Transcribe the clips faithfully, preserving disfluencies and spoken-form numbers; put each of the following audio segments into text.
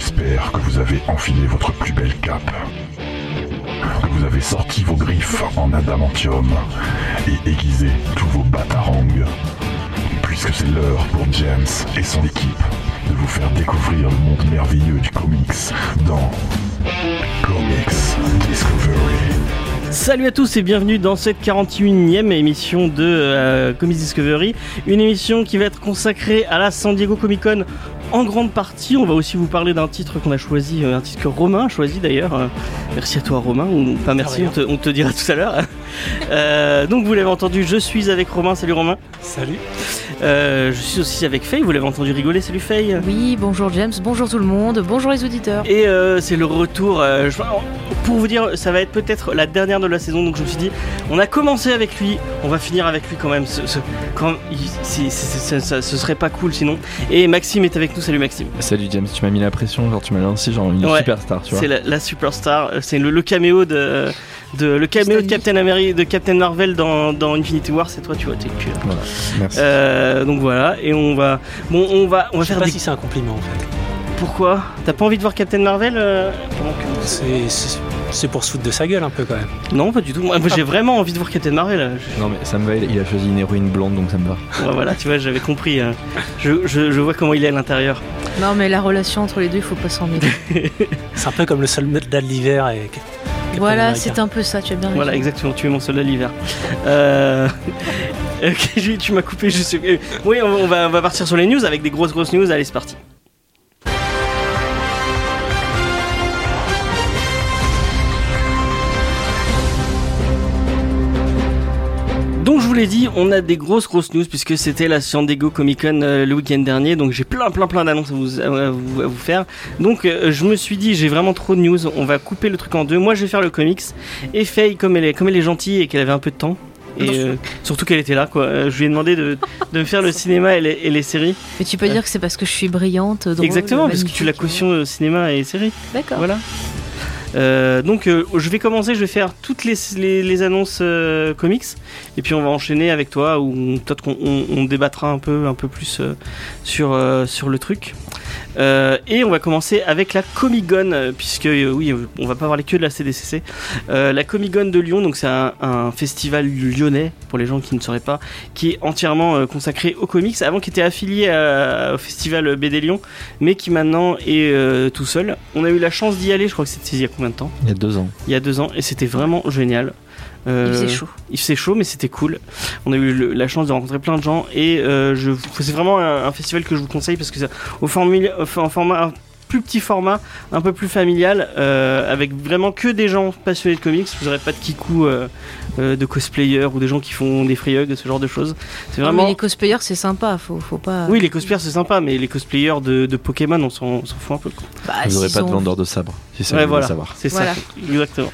J'espère que vous avez enfilé votre plus belle cape, que vous avez sorti vos griffes en adamantium et aiguisé tous vos batarangs, puisque c'est l'heure pour James et son équipe de vous faire découvrir le monde merveilleux du comics dans Comics Discovery. Salut à tous et bienvenue dans cette quarante-et-unième émission de euh, Comics Discovery, une émission qui va être consacrée à la San Diego Comic Con en grande partie. On va aussi vous parler d'un titre qu'on a choisi, un titre que Romain a choisi d'ailleurs. Euh, merci à toi Romain, ou pas merci, on te, on te dira tout à l'heure. euh, donc vous l'avez entendu, je suis avec Romain, salut Romain. Salut. Euh, je suis aussi avec Faye, vous l'avez entendu rigoler, salut Faye. Oui, bonjour James, bonjour tout le monde, bonjour les auditeurs. Et euh, c'est le retour, euh, je, pour vous dire, ça va être peut-être la dernière de la saison, donc je me suis dit, on a commencé avec lui, on va finir avec lui quand même, ce, ce, quand, c'est, c'est, c'est, ça, ce serait pas cool sinon. Et Maxime est avec nous, salut Maxime. Salut James, tu m'as mis la pression, genre tu m'as lancé genre une ouais, superstar, tu vois. C'est la, la superstar, c'est le, le caméo de... De, le caméo de Captain America, de Captain Marvel dans, dans Infinity War, c'est toi, tu vois, t'es cul. Voilà, merci. Euh, donc voilà, et on va, bon, on va, on va je sais faire pas des... si c'est un compliment en fait. Pourquoi ? T'as pas envie de voir Captain Marvel euh, que... c'est, c'est, c'est pour se foutre de sa gueule un peu quand même. Non, pas du tout. Moi, moi j'ai vraiment envie de voir Captain Marvel. Je... Non mais ça me va, il a choisi une héroïne blonde, donc ça me va. Ouais, voilà, tu vois, j'avais compris. Hein. Je, je, je vois comment il est à l'intérieur. Non, mais la relation entre les deux, il faut pas s'en mêler. C'est un peu comme le soldat de l'hiver et... Captain voilà, America. c'est un peu ça, tu as bien raison. Voilà, exactement, tu es mon soldat l'hiver. Euh... okay, tu m'as coupé, je sais. Oui, on va, on va partir sur les news avec des grosses, grosses news. Allez, c'est parti. Donc je vous l'ai dit, on a des grosses grosses news puisque c'était la San Diego Comic Con euh, le week-end dernier, donc j'ai plein plein plein d'annonces à vous, à vous, à vous faire. Donc euh, je me suis dit, j'ai vraiment trop de news, on va couper le truc en deux. Moi je vais faire le comics et Faye, comme elle est, comme elle est gentille et qu'elle avait un peu de temps, et euh, surtout qu'elle était là quoi, euh, je lui ai demandé de, de me faire le cinéma et les, et les séries. Mais tu peux euh. dire que c'est parce que je suis brillante, drôle. Exactement, parce que tu l'as caution euh, cinéma et séries. D'accord. Voilà. Euh, donc euh, je vais commencer, je vais faire toutes les, les, les annonces euh, comics et puis on va enchaîner avec toi où on, peut-être qu'on on, on débattra un peu, un peu plus euh, sur, euh, sur le truc. Euh, et on va commencer avec la Comic-Con euh, puisque euh, oui, on va pas parler que de la C D C C. Euh, la Comic-Con de Lyon, donc c'est un, un festival lyonnais pour les gens qui ne sauraient pas, qui est entièrement euh, consacré aux comics, avant qui était affilié à, au festival B D Lyon, mais qui maintenant est euh, tout seul. On a eu la chance d'y aller, je crois que c'était il y a combien de temps ? Il y a deux ans. Il y a deux ans, et c'était vraiment génial. Euh, il faisait chaud. Il faisait chaud, mais c'était cool. On a eu le, la chance de rencontrer plein de gens et euh, je, c'est vraiment un, un festival que je vous conseille parce que c'est au formule, en format un plus petit format, un peu plus familial, euh, avec vraiment que des gens passionnés de comics. Vous n'aurez pas de kikou euh, euh, de cosplayers ou des gens qui font des free hugs, ce genre de choses. C'est vraiment... Non, mais les cosplayers c'est sympa, faut, faut pas. Oui, les cosplayers c'est sympa, mais les cosplayers de, de Pokémon on s'en, on s'en fout un peu. Quoi. Bah, vous n'aurez pas ont... de vendeur de sabre, si ça ouais, vous voilà, savoir. C'est voilà. ça, exactement.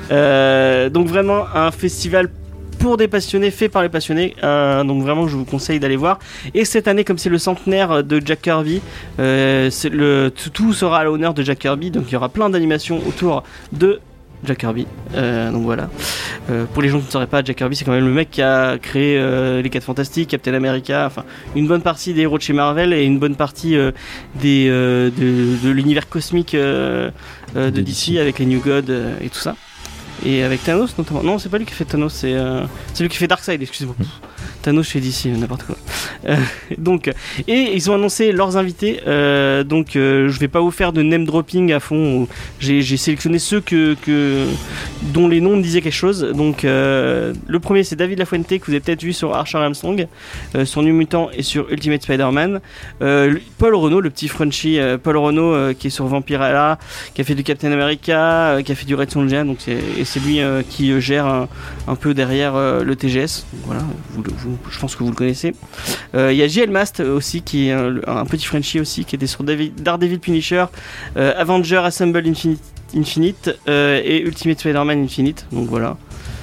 Euh, donc vraiment un festival pour des passionnés, fait par les passionnés, euh, donc vraiment je vous conseille d'aller voir. Et cette année, comme c'est le centenaire de Jack Kirby, euh, c'est le, tout sera à l'honneur de Jack Kirby, donc il y aura plein d'animations autour de Jack Kirby, euh, donc voilà. Euh, pour les gens qui ne sauraient pas, Jack Kirby c'est quand même le mec qui a créé euh, les quatre Fantastiques, Captain America, enfin une bonne partie des héros de chez Marvel et une bonne partie euh, des, euh, de, de l'univers cosmique euh, euh, de D C avec les New Gods euh, et tout ça. Et avec Thanos notamment. Non, c'est pas lui qui fait Thanos, c'est, euh, c'est lui qui fait Darkseid, excusez-moi. Mmh. Thanos chez D C, n'importe quoi. Euh, donc, et ils ont annoncé leurs invités. Euh, donc, euh, je vais pas vous faire de name dropping à fond. J'ai, j'ai sélectionné ceux que, que, dont les noms me disaient quelque chose. Donc, euh, le premier, c'est David Lafuente, que vous avez peut-être vu sur Archer Armstrong, euh, sur New Mutant et sur Ultimate Spider-Man. Euh, Paul Renault, le petit Frenchie, euh, Paul Renault, euh, qui est sur Vampirella, qui a fait du Captain America, euh, qui a fait du Red Sonja. Donc, c'est, et c'est lui euh, qui euh, gère un, un peu derrière euh, le T G S. Donc, voilà, vous, vous, je pense que vous le connaissez. Il euh, y a J L Mast aussi, qui est un, un petit Frenchie aussi, qui était sur David, Daredevil Punisher, euh, Avenger Assemble Infinite, Infinite euh, et Ultimate Spider-Man Infinite. Donc voilà.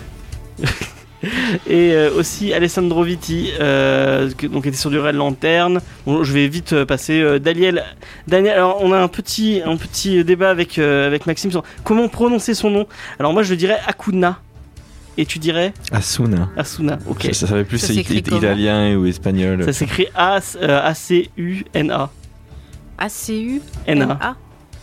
Et euh, aussi Alessandro Vitti, euh, qui donc était sur du Red Lantern. Bon, je vais vite euh, passer. Euh, Daniel, Daniel. Alors on a un petit, un petit débat avec euh, avec Maxime sur comment prononcer son nom. Alors moi je dirais Acuna. Et tu dirais Asuna. Asuna, ok. Ça, ça savait plus c'est it- italien ou espagnol. Ça s'écrit A C U N A. A C U N A.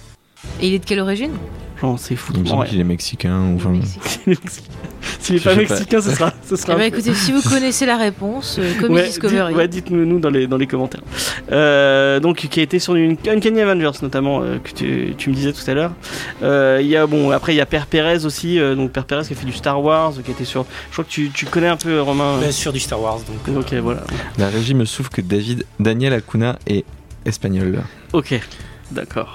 Et il est de quelle origine? Genre, c'est fou. Il me semble Ouais. qu'il est mexicain ou enfin. S'il n'est Je pas sais pas. mexicain, ce sera. Ce sera Eh un ben, peu- écoutez, si vous connaissez la réponse, euh, Comic Ouais, Discovery. dites, ouais, dites-nous nous dans les, dans les commentaires. Euh, donc, qui a été sur une Uncanny Avengers, notamment, euh, que tu, tu me disais tout à l'heure. Euh, Il y a, bon, après, il y a Père Pérez aussi. euh, donc, Père Pérez qui a fait du Star Wars, qui a été sur. Je crois que tu, tu connais un peu, Romain. Bien sûr, du Star Wars. Donc, Ok, voilà. La régie me souffle que David Daniel Acuna est espagnol. Ok, d'accord.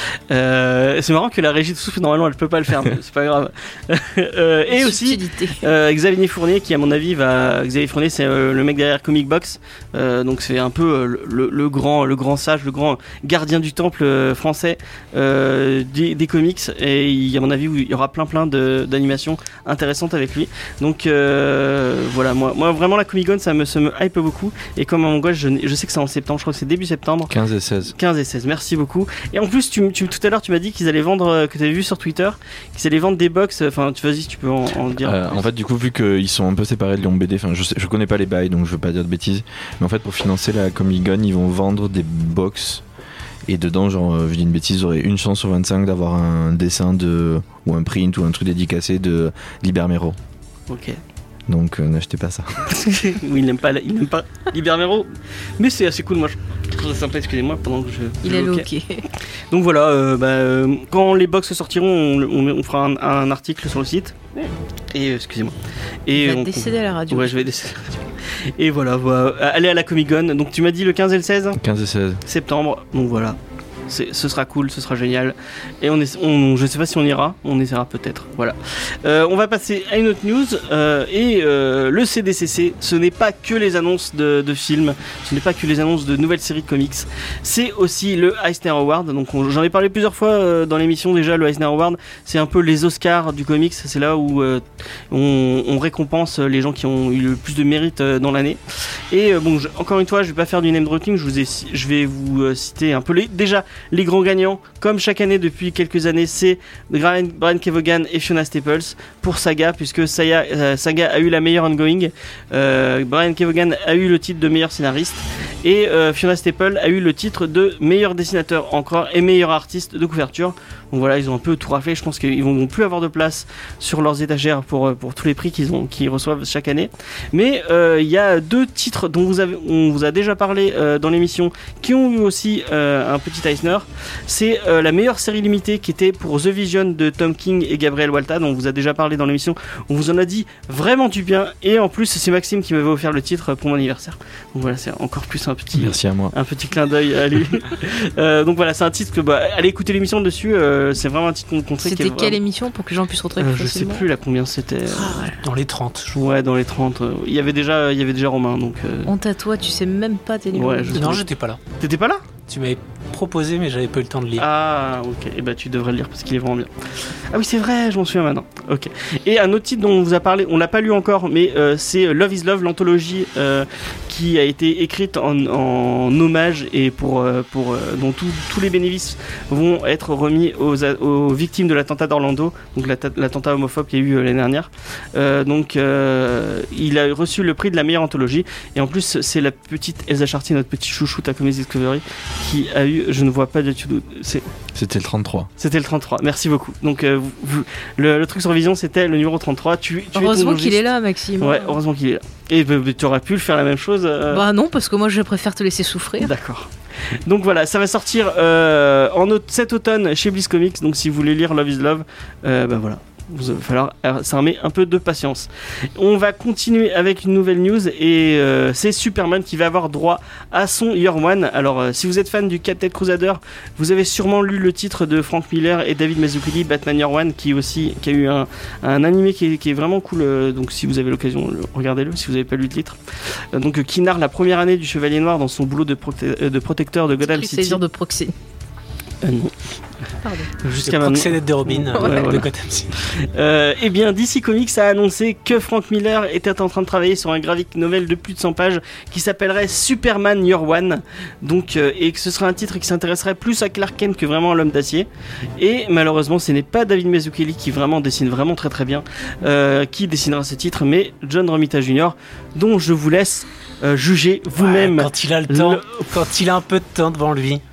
Euh, c'est marrant que la régie de souffle, normalement, elle peut pas le faire, mais c'est pas grave. Euh, et aussi. Subtilité. Euh, Xavier Fournier qui à mon avis va Xavier Fournier c'est euh, le mec derrière Comic Box, euh, donc c'est un peu euh, le, le grand le grand sage, le grand gardien du temple euh, français euh, des, des comics, et il, à mon avis il y aura plein plein de, d'animations intéressantes avec lui, donc euh, voilà, moi, moi vraiment la Comic Con ça me, ça me hype beaucoup, et comme à mon gosse je, je sais que c'est en septembre, je crois que c'est début septembre, quinze et seize. quinze et seize, merci beaucoup. Et en plus, tu, tu, tout à l'heure, tu m'as dit qu'ils allaient vendre, euh, que tu avais vu sur Twitter, qu'ils allaient vendre des box. Enfin, tu vas-y, tu peux en, en dire. Euh, en fait, du coup, vu qu'ils sont un peu séparés de Lyon B D, enfin, je, sais, je connais pas les bails, donc je veux pas dire de bêtises. Mais en fait, pour financer la Comic Con, ils vont vendre des box. Et dedans, genre, euh, je dis une bêtise, j'aurais une chance sur vingt-cinq d'avoir un dessin de ou un print ou un truc dédicacé de Liber Mero. Ok. Donc, euh, n'achetez pas ça. Oui, il n'aime pas, il n'aime pas Liber Mero, mais c'est assez cool. Moi, je trouve ça sympa. Excusez-moi, pendant que je. Il je est le ok. hockey. Donc voilà, euh, bah, euh, quand les box sortiront, on, on, on fera un, un article sur le site. Et euh, excusez-moi. Et Il va on- décéder à la radio. Ouais, je vais décéder. Et voilà, voilà, allez à la Comic Con. Donc tu m'as dit le quinze et le seize quinze et seize. septembre. Donc voilà. C'est, ce sera cool, ce sera génial. Et on est, on, je sais pas si on ira, on essaiera peut-être. Voilà. Euh, on va passer à une autre news. Euh, et euh, le C D C C, ce n'est pas que les annonces de, de films, ce n'est pas que les annonces de nouvelles séries de comics. C'est aussi le Eisner Award. Donc on- j'en ai parlé plusieurs fois euh, dans l'émission déjà. Le Eisner Award, c'est un peu les Oscars du comics. C'est là où euh, on, on récompense les gens qui ont eu le plus de mérite euh, dans l'année. Et euh, bon, je- encore une fois, je vais pas faire du name dropping. Je vous ai, je vais vous euh, citer un peu les, déjà. Les grands gagnants, comme chaque année depuis quelques années, c'est Brian, Brian Kevogan et Fiona Staples pour Saga, puisque Saga, euh, Saga a eu la meilleure ongoing. Euh, Brian Kevogan a eu le titre de meilleur scénariste et euh, Fiona Staples a eu le titre de meilleur dessinateur encore et meilleur artiste de couverture. Donc voilà, ils ont un peu tout raflé. Je pense qu'ils vont plus avoir de place sur leurs étagères pour, pour tous les prix qu'ils ont, qu'ils reçoivent chaque année. Mais euh, il y a deux titres dont vous avez, on vous a déjà parlé euh, dans l'émission, qui ont eu aussi euh, un petit Eisner. C'est euh, la meilleure série limitée qui était pour The Vision de Tom King et Gabriel Walta, dont on vous a déjà parlé dans l'émission. On vous en a dit vraiment du bien. Et en plus, c'est Maxime qui m'avait offert le titre pour mon anniversaire. Donc voilà, c'est encore plus un petit. Merci à moi. Un petit clin d'œil à lui. euh, donc voilà, c'est un titre que bah, allez écouter l'émission dessus. Euh, c'est vraiment un titre qu'on conseille. C'était qui est quelle vraiment- émission pour que les gens puissent retrouver Euh, plus Je sais facilement plus là combien c'était. euh, dans les trente. je Ouais, dans les trente. euh, Il y avait déjà, il y avait déjà Romain. Donc. euh, Honte à toi, tu sais même pas tes numéros. Ouais, je- Non, j'étais pas là. T'étais pas là? Tu m'avais proposé, mais j'avais pas eu le temps de lire. Ah, ok. Et bah tu devrais le lire parce qu'il est vraiment bien. Ah oui, c'est vrai, je m'en souviens maintenant. Ok. Et un autre titre dont on vous a parlé, on l'a pas lu encore, mais euh, c'est Love is Love, l'anthologie euh, qui a été écrite en, en hommage et pour, euh, pour euh, dont tout- tous les bénéfices vont être remis aux, aux victimes de l'attentat d'Orlando, donc l'atta- l'attentat homophobe qu'il y a eu euh, l'année dernière. Euh, donc euh, il a reçu le prix de la meilleure anthologie, et en plus c'est la petite Elsa Chartier, notre petit chouchoute à Comics Discovery, qui a eu, je ne vois pas du tout, c'est C'était le trente-trois. c'était le trente-trois, merci beaucoup. Donc euh, vous- vous- le, le truc sur Vision c'était le numéro trente-trois. Tu, tu Heureusement es ton qu'il est logiste. là, Maxime. Ouais, heureusement qu'il est là. Et bah, bah, tu aurais pu le faire la même chose. euh, Bah non, parce que moi je préfère te laisser souffrir. D'accord. Donc voilà, ça va sortir euh, en aut- cet automne chez Bliss Comics. Donc si vous voulez lire Love is Love, euh, bah voilà. Vous va falloir euh, s'armer un peu de patience. On va continuer avec une nouvelle news et euh, c'est Superman qui va avoir droit à son Year One. Alors euh, si vous êtes fan du Captain Crusader, vous avez sûrement lu le titre de Frank Miller et David Mazzucchelli, Batman Year One, qui aussi qui a eu un, un animé qui est, qui est vraiment cool. euh, donc si vous avez l'occasion, le- regardez-le si vous n'avez pas lu le titre. Euh, donc euh, qui narre la première année du Chevalier Noir dans son boulot de, prote- euh, de protecteur de Gotham C'est City. dire de proxy. Euh, non. Pardon. Jusqu'à Le maintenant. proxénète de Robin Ouais, euh, de voilà. Gotham City. Euh, eh bien, D C Comics a annoncé que Frank Miller était en train de travailler sur un graphic novel de plus de cent pages qui s'appellerait Superman Year One. Donc, euh, et que ce serait un titre qui s'intéresserait plus à Clark Kent que vraiment à l'homme d'acier. Et malheureusement, ce n'est pas David Mazzucchelli qui vraiment dessine vraiment très très bien, euh, qui dessinera ce titre, mais John Romita Junior, dont je vous laisse euh, juger vous-même. Ouais, quand il a le temps, le- quand il a un peu de temps devant lui.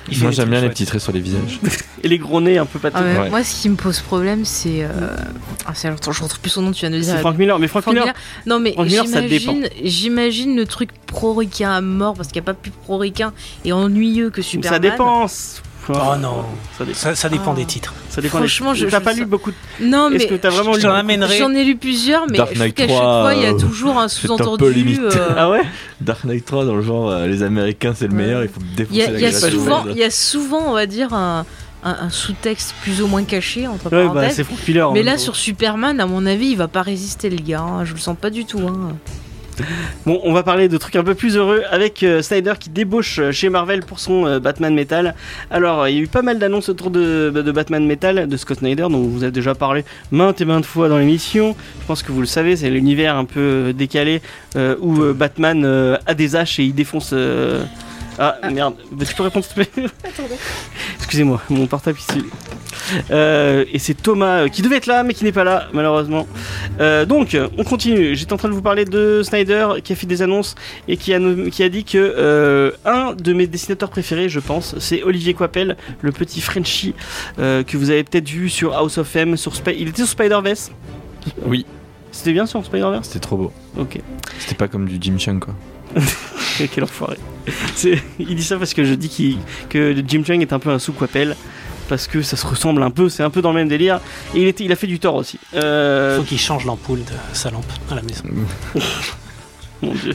Il fait Moi des j'aime trucs bien les chouettes. petits traits sur les visages. Et les gros nez un peu pâteux. Ah ouais, Ouais. Moi, ce qui me pose problème, c'est. Euh... Ah, c'est... Attends, je retrouve plus son nom, tu viens de le dire. C'est Frank Miller, mais Frank, Frank Miller, Miller. Non, mais Frank Miller, ça j'imagine, j'imagine le truc pro-ricain à mort parce qu'il n'y a pas plus pro-ricain et ennuyeux que Superman. ça dépend. Oh non, Ça dépend. ça, ça dépend Ah. des titres. Ça dépend. Franchement, des... je- T'as je- pas ça- lu beaucoup. De... Non, mais. Est-ce que t'as vraiment Je lu t'en beaucoup- amènerai. J'en ai lu plusieurs, mais Dark je trouve Knight qu'à chaque trois, fois, il y a euh, toujours un c'est un sous-entendu. peu limite. euh, Ah ouais. Dark Knight trois dans le genre euh, les Américains c'est le Ouais. meilleur, il faut Il y défoncer a, la il y a gueule à tout le souvent, monde. il y a souvent, on va dire, un, un, un sous-texte plus ou moins caché, entre Ouais, bah parenthèses. c'est Frank Miller. mais hein. là, sur Superman, à mon avis, il va pas résister, le gars. hein. Je le sens pas du tout. Hein. Bon, on va parler de trucs un peu plus heureux avec euh, Snyder qui débauche euh, chez Marvel pour son euh, Batman Metal. Alors, euh, il y a eu pas mal d'annonces autour de, de Batman Metal de Scott Snyder, dont vous avez déjà parlé maintes et maintes fois dans l'émission. Je pense que vous le savez, c'est l'univers un peu euh, décalé euh, où euh, Batman euh, a des haches et il défonce. euh, Ah merde, Bah, tu peux répondre s'il te plaît. Excusez-moi, mon portable ici. Euh, et c'est Thomas euh, qui devait être là mais qui n'est pas là malheureusement. Euh, donc on continue. J'étais en train de vous parler de Snyder qui a fait des annonces et qui a, no- qui a dit que euh, un de mes dessinateurs préférés, je pense, c'est Olivier Coipel, le petit Frenchie euh, que vous avez peut-être vu sur House of M, sur Spi- il était sur Spider-Verse. Oui, C'était bien sur Spider-Verse. c'était trop beau. Ok. C'était pas comme du Jim Chung quoi. Quel enfoiré. C'est- Il dit ça parce que je dis qu'il- que Jim Chung est un peu un sous-Coipel. Parce que ça se ressemble un peu, c'est un peu dans le même délire. Et il, était, il a fait du tort aussi. Euh, Faut qu'il change l'ampoule de sa lampe à la maison. Mon dieu.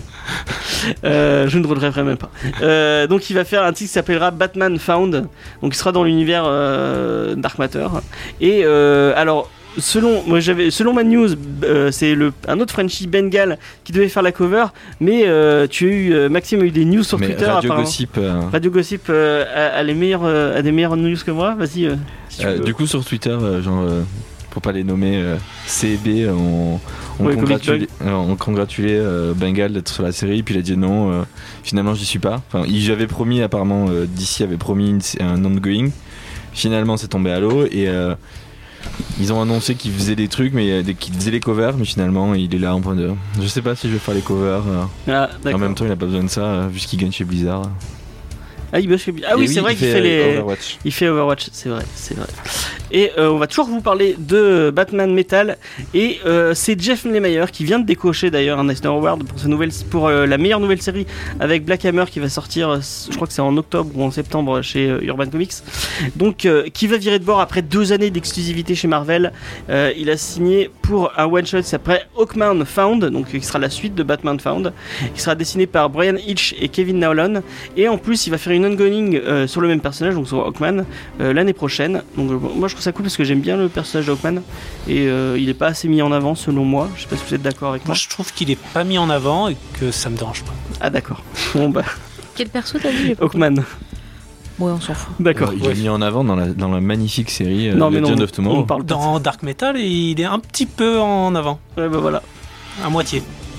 Euh, je ne regretterai même pas. Euh, donc il va faire un titre qui s'appellera Batman Found. Donc il sera dans l'univers euh, Dark Matter. Et euh, alors. Selon, moi j'avais, selon ma news, euh, c'est le, un autre Frenchie Bengal qui devait faire la cover, mais euh, tu as eu, euh, Maxime a eu des news sur Mais Twitter Radio apparemment. Gossip. euh, Radio Gossip euh, a, a les meilleures, euh, a des meilleures news que moi. Vas-y. euh, si tu euh, veux. du coup sur Twitter, euh, genre euh, pour pas les nommer, euh, C B, euh, on, on Ouais, congratulait, euh, on congratulait euh, Bengal d'être sur la série, puis il a dit non, euh, finalement j'y suis pas. Enfin, il j'avais promis apparemment, euh, D C avait promis une- un ongoing. Finalement c'est tombé à l'eau et euh, ils ont annoncé qu'ils faisaient des trucs, mais euh, des- qu'ils faisaient les covers, mais finalement il est là en point de. Je sais pas si je vais faire les covers. euh. Ah, En d'accord. même temps, il a pas besoin de ça, euh, vu ce qu'il gagne chez Blizzard. Ah, il bosse chez- ah oui, Et c'est vrai il qu'il fait les. Overwatch. Il fait Overwatch, c'est vrai, c'est vrai. Et euh, on va toujours vous parler de Batman Metal. Et euh, c'est Jeff Lemire qui vient de décocher d'ailleurs un Eisner Award pour, sa nouvelle, pour euh, la meilleure nouvelle série avec Black Hammer qui va sortir, euh, je crois que c'est en octobre ou en septembre chez euh, Urban Comics. Donc, euh, qui va virer de bord après deux années d'exclusivité chez Marvel. Euh, il a signé pour un one-shot qui s'appelle Hawkman Found, donc qui sera la suite de Batman Found, qui sera dessiné par Brian Hitch et Kevin Nowlan. Et en plus, il va faire une ongoing euh, sur le même personnage, donc sur Hawkman, euh, l'année prochaine. Donc euh, moi je trouve ça cool parce que j'aime bien le personnage de Hawkman et euh, il est pas assez mis en avant selon moi. Je sais pas si vous êtes d'accord avec Moi, moi. je trouve qu'il est pas mis en avant et que ça me dérange pas. Ah d'accord. Bon bah Quel perso t'as dit j'ai pas compris. Hawkman. Ouais, on s'en fout. D'accord. Il est mis en avant dans la, dans la magnifique série euh, Non mais Legend non, of on Tomorrow. parle pas de Dans Dark Metal, il est un petit peu en avant, ça. Ouais bah voilà. à moitié.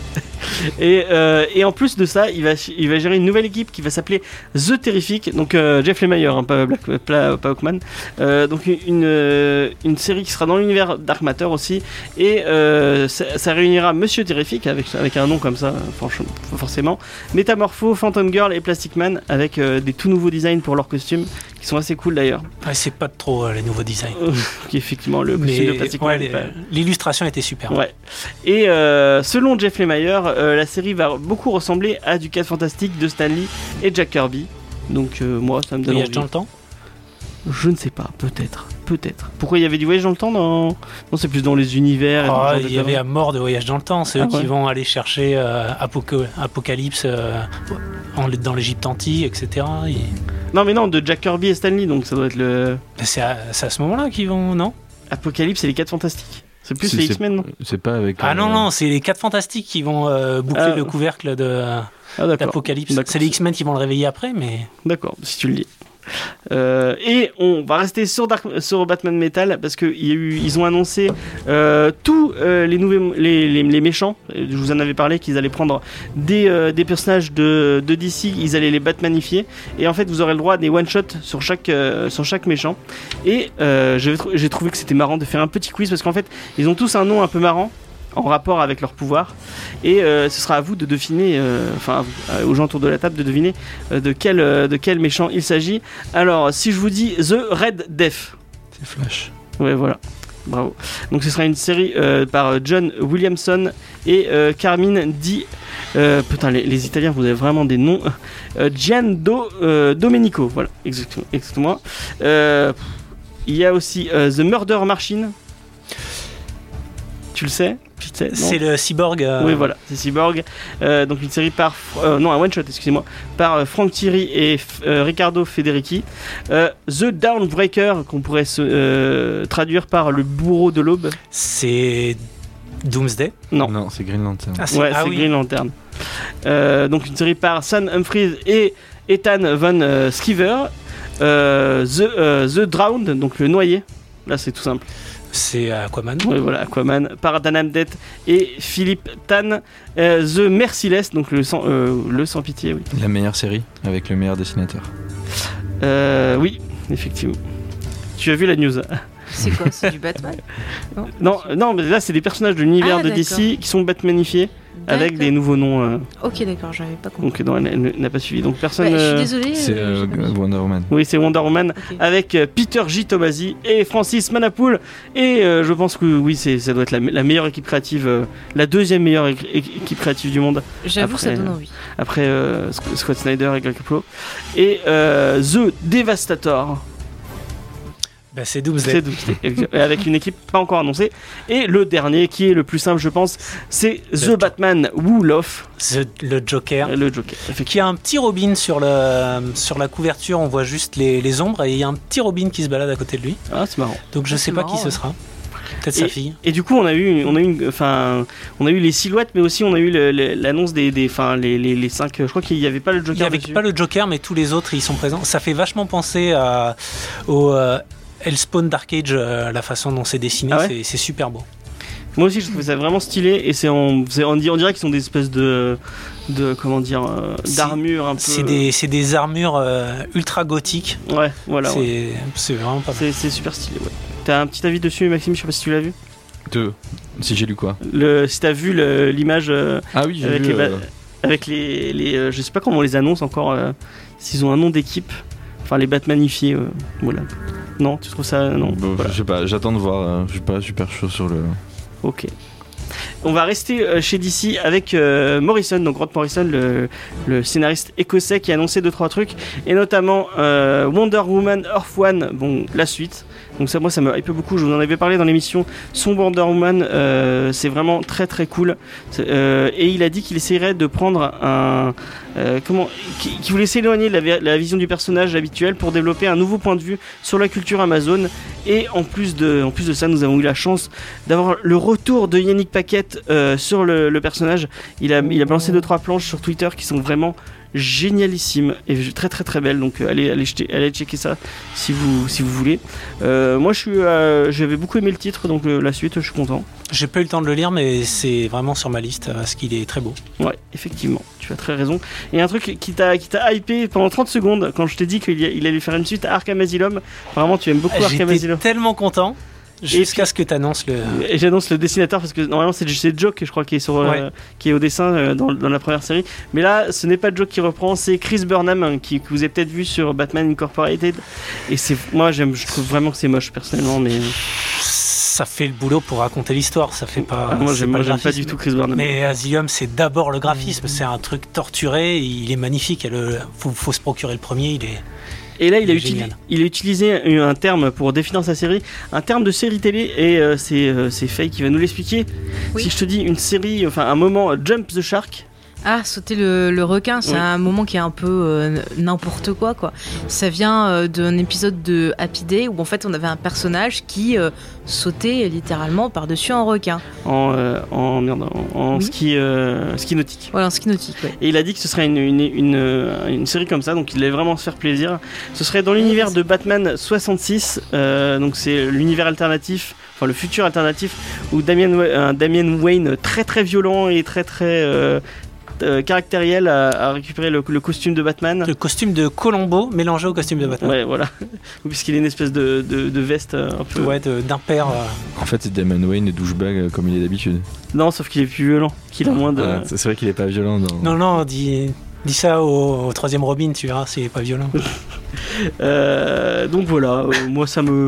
Et, euh, et en plus de ça, il va, il va gérer une nouvelle équipe qui va s'appeler The Terrific. Donc euh, Jeff Lemire, hein, pas, Black, pas, pas Hawkman. Euh, donc une, euh, une série qui sera dans l'univers Dark Matter aussi. Et euh, ça, ça réunira Monsieur Terrific avec, avec un nom comme ça, franchement, forcément. Métamorpho, Phantom Girl et Plastic Man avec euh, des tout nouveaux designs pour leurs costumes qui sont assez cool d'ailleurs. Ouais, c'est pas trop euh, les nouveaux designs. Euh, qui effectivement le costume Mais de Plastic ouais, Man. les- est pas- l'illustration était super. Ouais. Et euh, selon Jeff Lemire, euh, la série va beaucoup ressembler à du quatre Fantastique de Stan Lee et Jack Kirby. Donc euh, moi, ça me donne Voyage envie. dans le temps. Je ne sais pas, peut-être, peut-être. Pourquoi il y avait du voyage dans le temps dans... Non, c'est plus dans les univers. et dans Ah, ce genre de il y avait conneries. à mort de Voyage dans le temps. C'est Ah eux ouais. qui vont aller chercher euh, Apoco- Apocalypse euh, en- dans l'Égypte antique, et cetera. Et- Non, mais non, de Jack Kirby et Stan Lee, donc ça doit être le C'est à, c'est à ce moment-là qu'ils vont, non Apocalypse et les quatre Fantastiques. C'est plus C'est- les c'est- X-Men, non C'est pas avec. Ah euh, non, non, c'est les quatre fantastiques qui vont euh, boucler Ah. le couvercle de, Ah d'accord. d'Apocalypse. D'accord. C'est les X-Men qui vont le réveiller après, mais D'accord, si tu le dis. Euh, et on va rester sur, Dark, sur Batman Metal parce qu'ils ont annoncé euh, tous euh, les, nouveaux, les, les, les méchants. Je vous en avais parlé qu'ils allaient prendre des, euh, des personnages de, de D C, ils allaient les Batmanifier. Et en fait, vous aurez le droit à des one-shots sur chaque, euh, sur chaque méchant. Et euh, j'ai, trou- j'ai trouvé que c'était marrant de faire un petit quiz parce qu'en fait, ils ont tous un nom un peu marrant. en rapport avec leur pouvoir. Et euh, ce sera à vous de deviner, euh, enfin à vous, euh, aux gens autour de la table de deviner euh, de quel euh, de quel méchant il s'agit. Alors si je vous dis The Red Death. C'est Flash. Ouais, voilà. Bravo. Donc ce sera une série euh, par John Williamson et euh, Carmine Di. Euh, putain, les, les Italiens, vous avez vraiment des noms. Euh, Giando euh, Domenico. Voilà, exactement. exactement. Euh, il y a aussi euh, The Murder Machine. Tu le sais, tu le sais non C'est le cyborg. Euh... Oui, voilà, c'est Cyborg. Euh, donc une série par. Euh, non, un one-shot, excusez-moi. Par euh, Frank Thierry et euh, Riccardo Federici. Euh, The Dawnbreaker, qu'on pourrait se, euh, traduire par le bourreau de l'aube. C'est Doomsday. Non. Non, c'est Green Lantern. Ah, c'est, Ouais, ah c'est oui. Green Lantern. Euh, donc une série par Sam Humphries et Ethan Van euh, Sciver. Euh, The, euh, The Drowned, donc le noyé. Là, c'est tout simple. C'est Aquaman. Ouais, voilà, Aquaman, par Dan Amdett et Philippe Tan. Euh, The Merciless, donc le sans, euh, le sans pitié, oui. La meilleure série avec le meilleur dessinateur. Euh, oui, effectivement. Tu as vu la news? C'est quoi? C'est du Batman? Non, non, mais là, c'est des personnages de l'univers Ah, de D C qui sont Batmanifiés avec D'accord. des nouveaux noms. euh, Ok, d'accord, j'avais pas compris. donc, non, elle, elle n'a pas suivi. Donc, personne. Bah, je suis euh, désolée. C'est euh, euh, j'ai pas vu. Wonder Woman. Oui, c'est Wonder Woman Ok. avec euh, Peter J. Tomasi et Francis Manapoul. Et euh, je pense que oui, c'est, ça doit être la, la meilleure équipe créative, euh, la deuxième meilleure é- é- équipe créative du monde, J'avoue, ça après, donne envie. après euh, Sc- Scott Snyder et Greg Capullo. Et euh, The Devastator, Bah, c'est Doomsday. c'est Doomsday, avec une équipe pas encore annoncée. Et le dernier, qui est le plus simple, je pense, c'est The Le- Batman Who Love, The- le Joker. le Joker. Qui a un petit Robin sur, le, sur la couverture, on voit juste les, les ombres et il y a un petit Robin qui se balade à côté de lui. Ah, c'est marrant. Donc je Ah, sais c'est pas marrant, qui ce ouais. sera. Peut-être sa fille. Et du coup, on a eu, on a eu, une- enfin, on a eu les silhouettes, mais aussi on a eu le- le- l'annonce des, des, enfin, les, les, les cinq. Je crois qu'il n'y avait pas le Joker. Il n'y avait dessus. pas le Joker, mais tous les autres ils sont présents. Ça fait vachement penser à, au euh, Hellspawn Dark Age, euh, la façon dont c'est dessiné, Ah ouais c'est, c'est super beau. Moi aussi, je trouve ça vraiment stylé, et c'est, on, c'est- on, dit- on dirait qu'ils sont des espèces de, de comment dire, euh, C'est- d'armure un peu. C'est des, c'est des armures euh, ultra gothiques. Ouais, voilà. c'est, ouais. c'est vraiment pas mal. C'est, c'est super stylé. Ouais. T'as un petit avis dessus, Maxime? Je sais pas si tu l'as vu. Deux. Si j'ai lu quoi? Le, si t'as vu le, l'image euh, Ah oui, j'ai avec lu. les, ba- euh, avec les, les euh, je sais pas comment on les annonce encore. euh, s'ils ont un nom d'équipe. Enfin, les Batmanifiés. euh, voilà. Non, tu trouves ça non? bon, Voilà. Je sais pas, j'attends de voir. euh, je suis pas super chaud sur le. Ok. On va rester euh, chez D C avec euh, Morrison, donc Grant Morrison, le, le scénariste écossais qui a annoncé deux trois trucs, et notamment euh, Wonder Woman Earth One, bon, la suite. Donc ça, moi, ça me hype beaucoup. Je vous en avais parlé dans l'émission. Son Wonder Woman, euh, c'est vraiment très très cool. C'est, euh, et il a dit qu'il essaierait de prendre un, euh, comment, qu'il qu'il voulait s'éloigner de la, vi- la vision du personnage habituel pour développer un nouveau point de vue sur la culture Amazon. Et en plus de, en plus de ça, nous avons eu la chance d'avoir le retour de Yannick Paquette euh, sur le, le personnage. Il a, il a balancé deux trois planches sur Twitter qui sont vraiment génialissime et très très très belle, donc euh, allez, allez, jeter, allez checker ça si vous, si vous voulez. Euh, moi je suis, euh, j'avais beaucoup aimé le titre, donc euh, la suite je suis content. J'ai pas eu le temps de le lire, mais c'est vraiment sur ma liste parce qu'il est très beau. Ouais, effectivement, tu as très raison. Et un truc qui t'a, qui t'a hypé pendant trente secondes quand je t'ai dit qu'il y a- il allait faire une suite à Arkham Asylum. Vraiment, tu aimes beaucoup Arkham J'étais Asylum. tellement content jusqu'à puis- ce que tu annonces le. Et j'annonce le dessinateur parce que normalement c'est, c'est Joke, je crois, qui est, sur, euh, Ouais. qui est au dessin euh, dans, dans la première série. Mais là, ce n'est pas Joke qui reprend, c'est Chris Burnham hein, qui, que vous avez peut-être vu sur Batman Incorporated. Et c'est, moi, j'aime, je trouve vraiment que c'est moche personnellement, mais Ça fait le boulot pour raconter l'histoire, ça fait pas. ah, moi, c'est j'aime, pas moi, le j'aime pas graphisme. du tout Chris Burnham. Mais Asylum, c'est d'abord le graphisme, c'est un truc torturé, il est magnifique. Il faut, faut se procurer le premier, il est. Et là, il a, Il est utili- génial. il a utilisé un terme pour définir sa série, un terme de série télé, et euh, c'est, euh, c'est Faye qui va nous l'expliquer. Oui. Si je te dis une série, enfin un moment, Jump the Shark, Ah, sauter le, le requin, c'est Oui. un moment qui est un peu euh, n'importe quoi, quoi. Ça vient euh, d'un épisode de Happy Day où en fait on avait un personnage qui euh, sautait littéralement par-dessus un requin. en, euh, en, merde, en, en Oui. ski, euh, ski nautique. Voilà, un ski nautique, ouais. Et il a dit que ce serait une, une, une, euh, une série comme ça, donc il allait vraiment se faire plaisir. Ce serait dans l'univers de Batman soixante-six, euh, donc c'est l'univers alternatif, enfin le futur alternatif, où Damian, Wa- un Damian Wayne très très violent et très très... euh, euh, caractériel à, à récupérer le, le costume de Batman. Le costume de Colombo mélangé au costume de Batman. Ouais, voilà. Puisqu'il est une espèce de, de, de veste euh, un peu. Ouais, de- d'impair. euh. En fait, c'est Damon Wayne, le douchebag euh, comme il est d'habitude. Non, sauf qu'il est plus violent, qu'il a moins de. Ah, c'est c'est vrai qu'il est pas violent dans. Non, non, dis, dis ça au, au troisième Robin, tu verras, c'est pas violent. Euh, donc voilà, euh, moi ça me.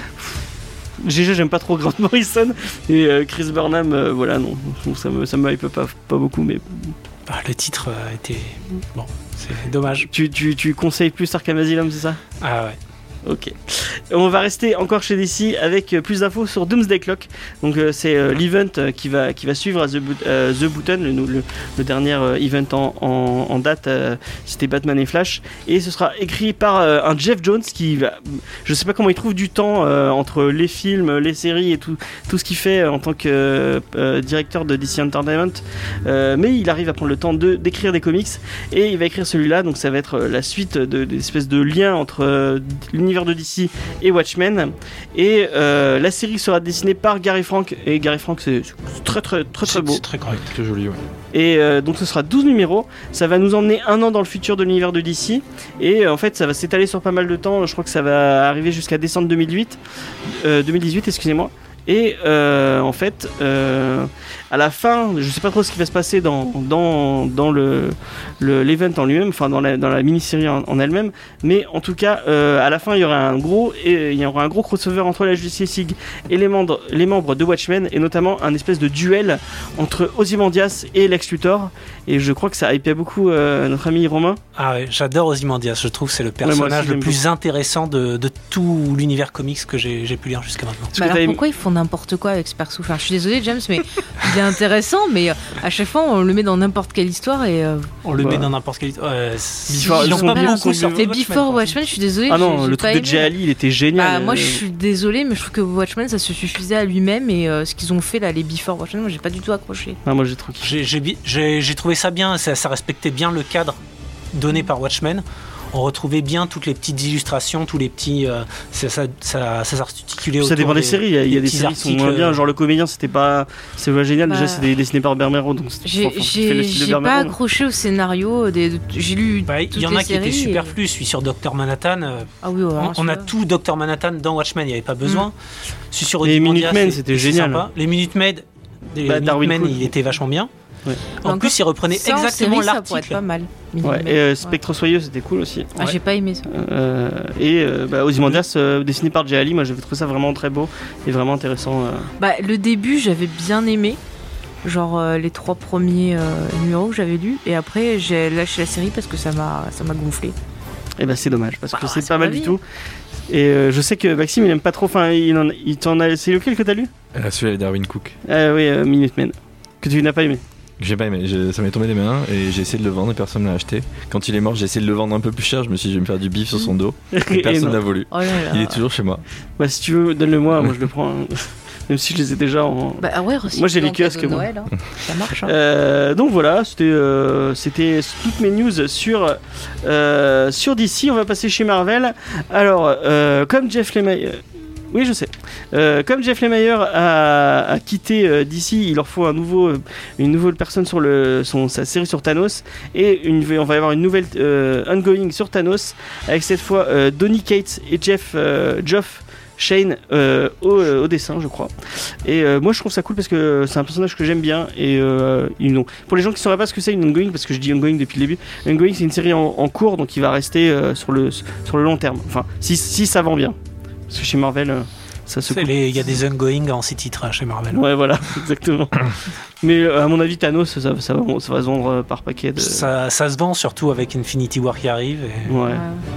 G G, j'aime pas trop Grant Morrison et euh, Chris Burnham, euh, voilà, non, donc ça me, ça me hype pas, pas beaucoup, mais Ah, le titre euh, était. Bon, c'est dommage. tu, tu, tu conseilles plus Arkham Asylum, c'est ça? Ah ouais. Ok. On va rester encore chez D C avec euh, plus d'infos sur Doomsday Clock. Donc euh, c'est euh, l'event euh, qui va qui va suivre à The, Boot- euh, The Button, le, le, le dernier euh, event en, en, en date. euh, C'était Batman et Flash, et ce sera écrit par euh, un Jeff Jones qui va. Je sais pas comment il trouve du temps euh, entre les films, les séries et tout tout ce qu'il fait euh, en tant que euh, directeur de D C Entertainment. Euh, mais il arrive à prendre le temps de d'écrire des comics, et il va écrire celui-là. Donc ça va être euh, la suite de des espèces de liens entre euh, l'univers de D C et Watchmen, et euh, la série sera dessinée par Gary Frank, et Gary Frank c'est c'est très très très très beau, C'est très correct. Très joli, ouais. et euh, donc ce sera douze numéros. Ça va nous emmener un an dans le futur de l'univers de D C, et euh, en fait ça va s'étaler sur pas mal de temps. Je crois que ça va arriver jusqu'à décembre deux mille huit, euh, deux mille dix-huit, excusez-moi. Et euh, en fait, euh, à la fin, je sais pas trop ce qui va se passer dans, dans, dans le, le, l'event en lui-même, enfin dans la, dans la mini-série en, en elle-même, mais en tout cas, euh, à la fin, il y aura un gros, et, il y aura un gros crossover entre la Justice League et les membres, les membres de Watchmen, et notamment un espèce de duel entre Ozymandias et Lex Luthor. Et je crois que ça hypait beaucoup euh, notre ami Romain. Ah ouais, j'adore Ozymandias. Je trouve que c'est le personnage aussi, le j'aime plus intéressant de, de tout l'univers comics que j'ai j'ai pu lire jusqu'à maintenant. Parce Bah que alors t'as- pourquoi ils font n'importe quoi avec ce perso? Enfin, je suis désolée James, mais il est intéressant, mais euh, à chaque fois on le met dans n'importe quelle histoire et euh, On le Ouais. met dans n'importe quel. Euh, c'est- Before- ils ont son pas bio- beaucoup son sorti bio- et Watchmen, Before quoi. Watchmen, je suis désolée. Ah j'ai- non, j'ai le pas truc de aimé. Jay Ali, il était génial. Bah, moi Euh, je suis désolée, mais je trouve que Watchmen ça se suffisait à lui-même, et euh, ce qu'ils ont fait là, les Before Watchmen, moi j'ai pas du tout accroché. ah, moi j'ai trop kiffé. J'ai- J'ai bi- j'ai- j'ai trouvé ça bien, ça, ça respectait bien le cadre donné par Watchmen. On retrouvait bien toutes les petites illustrations, tous les petits. euh, ça, ça, ça, ça s'articulait Ça autour dépend des séries, il y a, il y a des des petits séries qui sont moins articles, bien, euh, genre le comédien c'était pas c'est pas génial, Bah, déjà c'était dessiné par Bermero, donc c'était J'ai enfin, qui fait le j'ai- style de j'ai pas Bermero, mais- accroché au scénario, des, j'ai lu. Bah, il toutes y en les a qui étaient séries, superflus. Celui sur Docteur Manhattan, euh, Ah oui, ouais, on, on a celui-là. tout Docteur Manhattan dans Watchmen, il n'y avait pas besoin. Celui sur Les Ozymandias, Minutemen, c'est- c'était c'est génial. sympa. Les Minutemen, les Bah, Darwyn Minutemen, Cooke. il était vachement bien. Ouais. En Encore, plus, il reprenait ça, en exactement série, ça pourrait être l'article. pas mal. Ouais, et euh, Spectre Soyeux c'était cool aussi. Ah, j'ai pas aimé ça. Euh, et euh, bah, Ozymandias euh, dessiné par Jay Ali, moi j'avais trouvé ça vraiment très beau et vraiment intéressant. euh. Bah, le début, j'avais bien aimé. Genre euh, les trois premiers euh, numéros que j'avais lus. Et après, j'ai lâché la série parce que ça m'a ça m'a gonflé. Et bah c'est dommage parce que Bah, c'est c'est pas mal la du vie. tout. Et euh, je sais que Maxime il aime pas trop, enfin il, en- il t'en a. C'est lequel que t'as lu? Euh, Celui avec Darwin Cook. Ah oui, euh, Minutemen. Que tu n'as pas aimé. J'ai pas aimé, je- ça m'est tombé des mains et j'ai essayé de le vendre et personne l'a acheté. Quand il est mort, j'ai essayé de le vendre un peu plus cher, je me suis dit je vais me faire du bif sur son dos et Et personne non. n'a voulu. Oh là là. Il est toujours chez moi. Bah si tu veux, donne-le-moi, moi je le prends. hein. Même si je les ai déjà en. Bah, ah ouais, reçu Moi, j'ai les dans le cadeau kiosques, de moi. Noël, hein. Ça marche. Hein. Euh, donc voilà, c'était euh, c'était toutes mes news sur euh, sur D C. On va passer chez Marvel. Alors, euh, comme Jeff Lemire, oui, je sais. Euh, comme Jeff Lemire a, a quitté euh, D C, il leur faut un nouveau, euh, une nouvelle personne sur le, son, sa série sur Thanos, et une, on va y avoir une nouvelle euh, ongoing sur Thanos avec cette fois euh, Donny Cates et Jeff euh, Geoff Shane euh, au, euh, au dessin, je crois. Et euh, moi je trouve ça cool parce que c'est un personnage que j'aime bien, et euh, ils n'ont- pour les gens qui ne sauraient pas ce que c'est une ongoing, parce que je dis ongoing depuis le début, ongoing c'est une série en, en cours, donc il va rester euh, sur, le, sur le long terme, enfin si, si ça vend bien, parce que chez Marvel euh, ça se C'est coupe. les- Il y a des ongoing en six titres hein, chez Marvel. Ouais, voilà, exactement. Mais euh, à mon avis Thanos ça, ça, ça, va, ça va se vendre euh, par paquet de... Ça, ça se vend surtout avec Infinity War qui arrive. Et... Ouais. Ouais.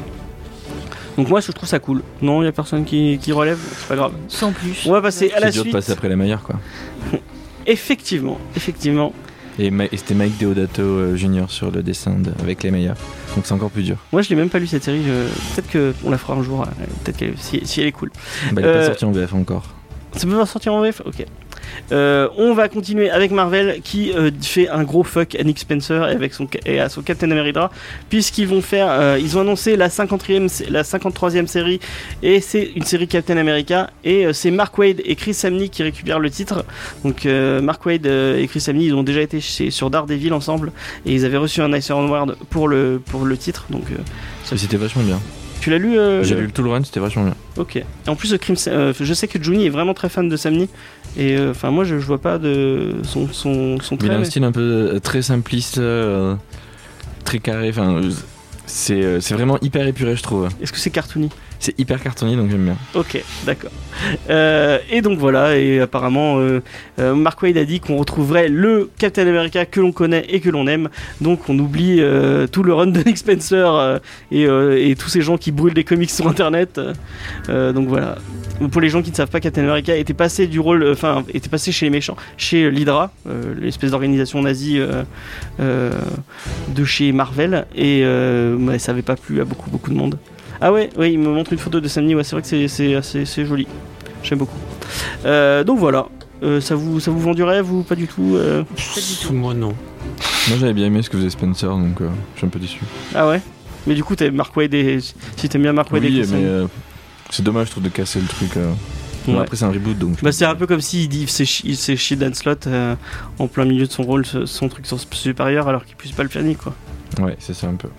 Donc moi je trouve ça cool. Non, il y a personne qui, qui relève, c'est pas grave. Sans plus. On va passer à la C'est dur de suite. passer après les meilleurs quoi. Effectivement, effectivement. Et, Ma- et c'était Mike Deodato euh, Junior sur le dessin de- avec les meilleurs. Donc c'est encore plus dur. Moi je l'ai même pas lu cette série, je- peut-être qu'on la fera un jour, euh, peut-être qu'elle si, si elle est cool. Bah, il est Euh, pas sorti en V F encore. Ça peut pas sortir en V F. Ok. Euh, on va continuer avec Marvel qui euh, fait un gros fuck à Nick Spencer et, avec son, et à son Captain America, puisqu'ils vont faire, euh, ils ont annoncé la cinquantième, la cinquante-troisième série, et c'est une série Captain America, et euh, c'est Mark Waid et Chris Samney qui récupèrent le titre. Donc euh, Mark Waid euh, et Chris Samney, ils ont déjà été chez, sur Daredevil ensemble, et ils avaient reçu un Eisner Award pour le, pour le titre. Donc euh, ça, c'était vachement bien. Tu l'as lu euh, J'ai le... lu tout le run, c'était vachement bien. Ok. Et en plus, euh, Crim- euh, je sais que Juni est vraiment très fan de Samney. Et enfin, euh, moi, je, je vois pas de son son son trait. Il a un mais... style un peu euh, très simpliste, euh, très carré. Enfin, c'est euh, c'est vraiment hyper épuré, je trouve. Est-ce que c'est cartoony ? C'est hyper cartonné, donc j'aime bien. Ok, d'accord. Euh, et donc voilà, et apparemment, euh, euh, Mark Waid a dit qu'on retrouverait le Captain America que l'on connaît et que l'on aime. Donc on oublie euh, tout le run de Nick Spencer euh, et, euh, et tous ces gens qui brûlent des comics sur Internet. Euh, donc voilà. Pour les gens qui ne savent pas, Captain America était passé du rôle, enfin, euh, était passé chez les méchants, chez l'Hydra, euh, l'espèce d'organisation nazie euh, euh, de chez Marvel, et euh, bah, ça n'avait pas plu à beaucoup, beaucoup de monde. Ah ouais, ouais, il me montre une photo de Samney, ouais, c'est vrai que c'est, c'est assez c'est joli. J'aime beaucoup. Euh, donc voilà, euh, ça, vous, ça vous vend du rêve ou pas du tout euh... Pas du tout. Moi non. Moi j'avais bien aimé ce que faisait Spencer, donc euh, je suis un peu déçu. Ah ouais. Mais du coup, t'aimes Mark Waid et... si t'aimes bien Mark Waid oui, et mais euh, c'est dommage, je trouve, de casser le truc. Euh... Ouais. Bon, après c'est un reboot, donc... Bah, c'est un peu comme s'il dit c'est chi- c'est chier Dan Slott euh, en plein milieu de son rôle, son truc supérieur, alors qu'il puisse pas le faire ni quoi. Ouais, c'est ça un peu.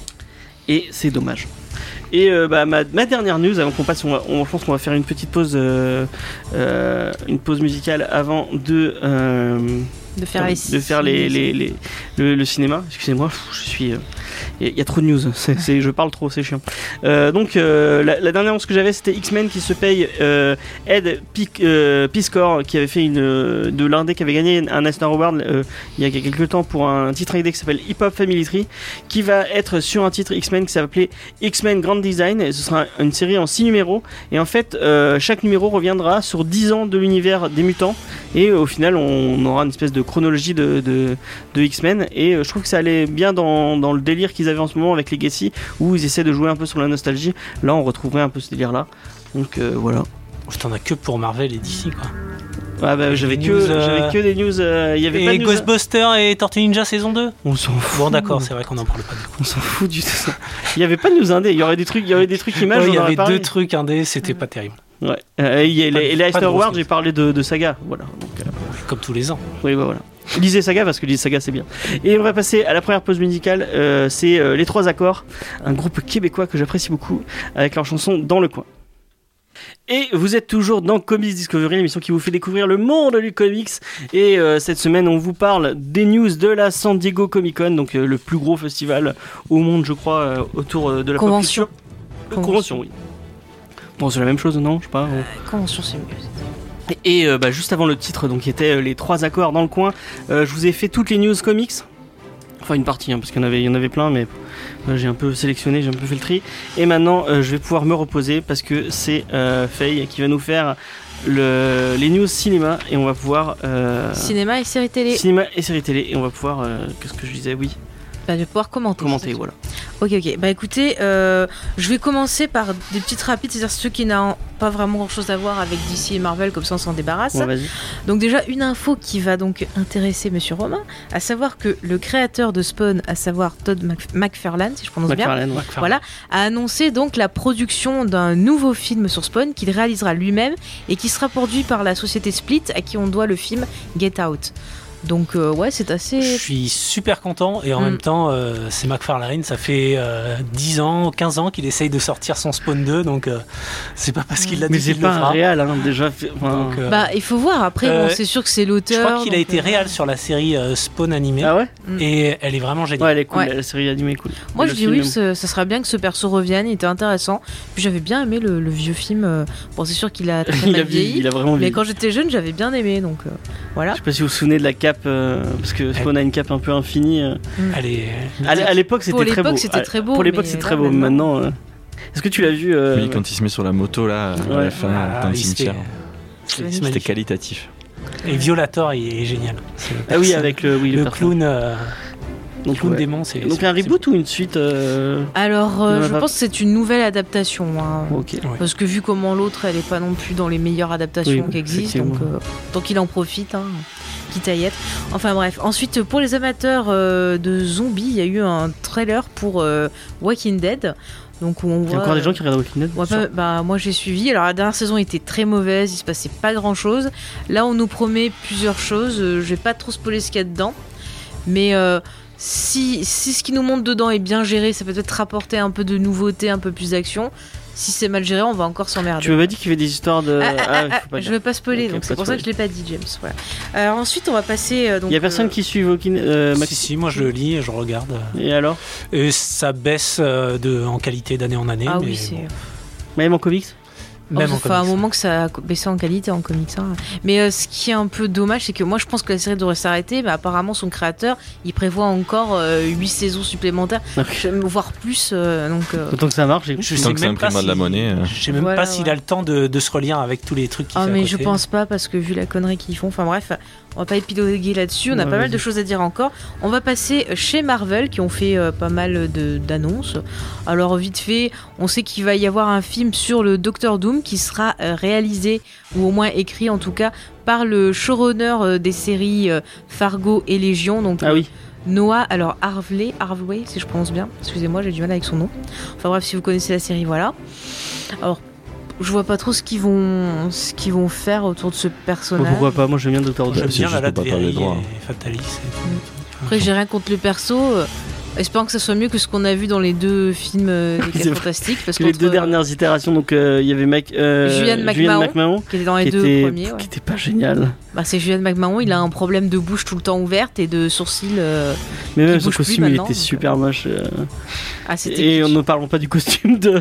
Et c'est dommage. Et euh, bah, ma, ma dernière news, avant qu'on passe, on, va, on je pense qu'on va faire une petite pause, euh, euh, une pause musicale avant de euh, de faire les, de faire les, les, les le, le cinéma. Excusez-moi, je suis, il euh, y, y a trop de news. C'est, c'est, je parle trop, c'est chiant. Euh, donc euh, la, la dernière news que j'avais, c'était X-Men qui se paye euh, Ed Pic, euh, Piscor, qui avait fait une de l'indé, qui avait gagné un Eisner Award euh, il y a quelques temps pour un titre indé qui s'appelle Hip Hop Family Tree, qui va être sur un titre X-Men qui s'appelait X-Men Grand Design, et ce sera une série en six numéros, et en fait euh, chaque numéro reviendra sur dix ans de l'univers des mutants, et euh, au final on aura une espèce de chronologie de, de, de X-Men, et euh, je trouve que ça allait bien dans, dans le délire qu'ils avaient en ce moment avec Legacy, où ils essaient de jouer un peu sur la nostalgie. Là on retrouverait un peu ce délire là, donc euh, voilà. Je t'en as que pour Marvel et D C quoi. Ah bah j'avais que, news, euh... j'avais que des news, il euh, y avait et pas de news. Ghostbusters et Tortue Ninja saison deux. On s'en fout. Bon d'accord, c'est vrai qu'on en parle pas du coup. On s'en fout du tout. Il y avait pas de news indé, il y aurait des trucs, il y aurait des trucs images. Il ouais, y avait parlé. deux trucs indés, c'était pas terrible. Ouais. Euh, et et les Eisner Awards, j'ai parlé de, de Saga, voilà. Donc, euh... comme tous les ans. Oui, bah, voilà. Lisez Saga parce que lisez Saga c'est bien. Et on va passer à la première pause musicale. Euh, c'est euh, Les Trois Accords, un groupe québécois que j'apprécie beaucoup, avec leur chanson Dans le coin. Et vous êtes toujours dans Comics Discovery, l'émission qui vous fait découvrir le monde du comics. Et euh, cette semaine, on vous parle des news de la San Diego Comic Con, donc euh, le plus gros festival au monde, je crois, euh, autour euh, de la convention. Pop culture. Convention, oui. Bon, c'est la même chose, non ? Je sais pas. Euh, convention, c'est mieux. Et, et euh, bah, juste avant le titre, donc qui était euh, les trois accords dans le coin, euh, je vous ai fait toutes les news comics. Enfin une partie, hein, parce qu'il y en avait, il y en avait plein, mais euh, j'ai un peu sélectionné, j'ai un peu fait le tri. Et maintenant, euh, je vais pouvoir me reposer parce que c'est euh, Faye qui va nous faire le, les news cinéma, et on va pouvoir euh, cinéma et séries télé. Cinéma et séries télé, et on va pouvoir, euh, qu'est-ce que je disais, oui. Bah, je vais pouvoir commenter. Commenter, voilà. Ok, ok. Bah écoutez, euh, je vais commencer par des petites rapides, c'est-à-dire ceux qui n'ont pas vraiment grand-chose à voir avec D C et Marvel, comme ça on s'en débarrasse. Ouais, vas-y. Donc déjà, une info qui va donc intéresser Monsieur Romain, à savoir que le créateur de Spawn, à savoir Todd Mc- McFarlane, si je prononce McFarlane, bien, ouais. voilà, a annoncé donc la production d'un nouveau film sur Spawn qu'il réalisera lui-même et qui sera produit par la société Split, à qui on doit le film Get Out. Donc euh, ouais, c'est assez... Je suis super content, et en mm. même temps euh, c'est McFarlane, ça fait euh, dix ans, quinze ans qu'il essaye de sortir son Spawn deux, donc euh, c'est pas parce qu'il l'a dit mais c'est qu'il pas le fera. Un réal, hein, déjà. Enfin... Donc, euh... Bah il faut voir, après euh, bon, c'est sûr que c'est l'auteur. Je crois qu'il a été euh... réal sur la série euh, Spawn animée. Ah ouais mm. Et elle est vraiment géniale. Ouais, elle est cool, ouais. La série animée est cool. Moi et je dis oui, ça serait bien que ce perso revienne, il était intéressant. Puis j'avais bien aimé le, le vieux film, euh... bon c'est sûr qu'il a très il mal a vieilli, il a vraiment vieilli. Mais quand j'étais jeune j'avais bien aimé, donc euh, voilà. Je sais pas si vous vous souvenez de la cape, euh, parce que Spawn a une cape un peu infinie. Euh. Elle est... à, à l'époque c'était pour très beau. C'était très beau. Pour l'époque c'était très beau. Maintenant, maintenant euh... est-ce que tu l'as vu euh... Oui, quand il se met sur la moto là, ouais. à la fin, ah, dans le cimetière. C'était, c'était qualitatif. Et Violator il est génial. Ah oui, avec le, oui, le, le clown. Euh... Donc, Clown ouais. démon, c'est. Donc c'est- un reboot ou une suite euh, Alors, euh, Il y en a je pas- pense que c'est une nouvelle adaptation. hein. Ok. Ouais. Parce que vu comment l'autre, elle est pas non plus dans les meilleures adaptations Oui, qui existent, donc effectivement. euh, tant qu'il en profite, hein, quitte à y être. Enfin bref. Ensuite, pour les amateurs euh, de zombies, il y a eu un trailer pour euh, Walking Dead. Donc où on Il y voit. a encore des gens euh, qui regardent Walking Dead. Ouais, bah, bah, moi j'ai suivi. Alors la dernière saison était très mauvaise, il se passait pas grand chose. Là on nous promet plusieurs choses. Euh, je vais pas trop spoiler ce qu'il y a dedans, mais euh, si, si ce qui nous montre dedans est bien géré, ça peut peut-être rapporter un peu de nouveauté, un peu plus d'action. Si c'est mal géré, on va encore s'emmerder. Tu m'as pas dit qu'il y avait des histoires de. Ah, ah, Ah, ah, faut pas je dire. veux pas spoiler, Ok, donc pas c'est pour ça que je spoiler. l'ai pas dit, James. Voilà. Alors ensuite, on va passer. euh, donc, Il y a personne euh, qui suit Walking euh, Si, Max- si, moi je le lis et je regarde. Et alors Et ça baisse euh, de, en qualité d'année en année. Ah mais oui, c'est. bon, Même en comics même Oh, en ça fait un comics. moment que ça a baissé en qualité en comics. hein. Mais euh, ce qui est un peu dommage, c'est que moi je pense que la série devrait s'arrêter, mais apparemment son créateur, il prévoit encore huit saisons supplémentaires, Ok. voire plus. euh, donc, euh, Autant que ça marche. j'écoute. Je Tant sais que ça même pas imprime de la si- monnaie, euh. Je sais même Voilà, pas s'il ouais. a le temps de, de se relire avec tous les trucs qu'il Ah fait à mais côté. je pense pas parce que vu la connerie qu'ils font, enfin bref, on va pas épiloguer là-dessus, on a Ouais, pas mal vas-y. de choses à dire encore. On va passer chez Marvel qui ont fait euh, pas mal de- d'annonces. Alors vite fait, on sait qu'il va y avoir un film sur le Docteur Doom qui sera euh, réalisé ou au moins écrit en tout cas par le showrunner euh, des séries euh, Fargo et Légion, donc Ah oui. Noah, alors Harvey, Harvey si je prononce bien, excusez-moi j'ai du mal avec son nom. Enfin bref, si vous connaissez la série, voilà. Alors je vois pas trop ce qu'ils vont, ce qu'ils vont faire autour de ce Bon, personnage. pourquoi pas Moi j'aime bien Doctor Ouais, Doom. J'aime c'est bien juste la pour pas parler Latverie droit. et Fatalis. et- Après j'ai rien contre le perso, euh, espérant que ça soit mieux que ce qu'on a vu dans les deux films euh, des C'est Quatre vrai. Fantastiques, parce Que les qu'entre, deux euh, dernières itérations, donc euh, il y avait Mac, euh, Julianne McMahon. McMahon, qui était dans les qui, deux était, premiers. ouais. qui était pas génial. Bah, c'est Julianne McMahon, il a un problème de bouche tout le temps ouverte et de sourcils. euh, Mais même Qui son bouge plus costume, il maintenant, était donc, super moche. euh. Ah, c'était Et kitsch. ne parlons pas du costume de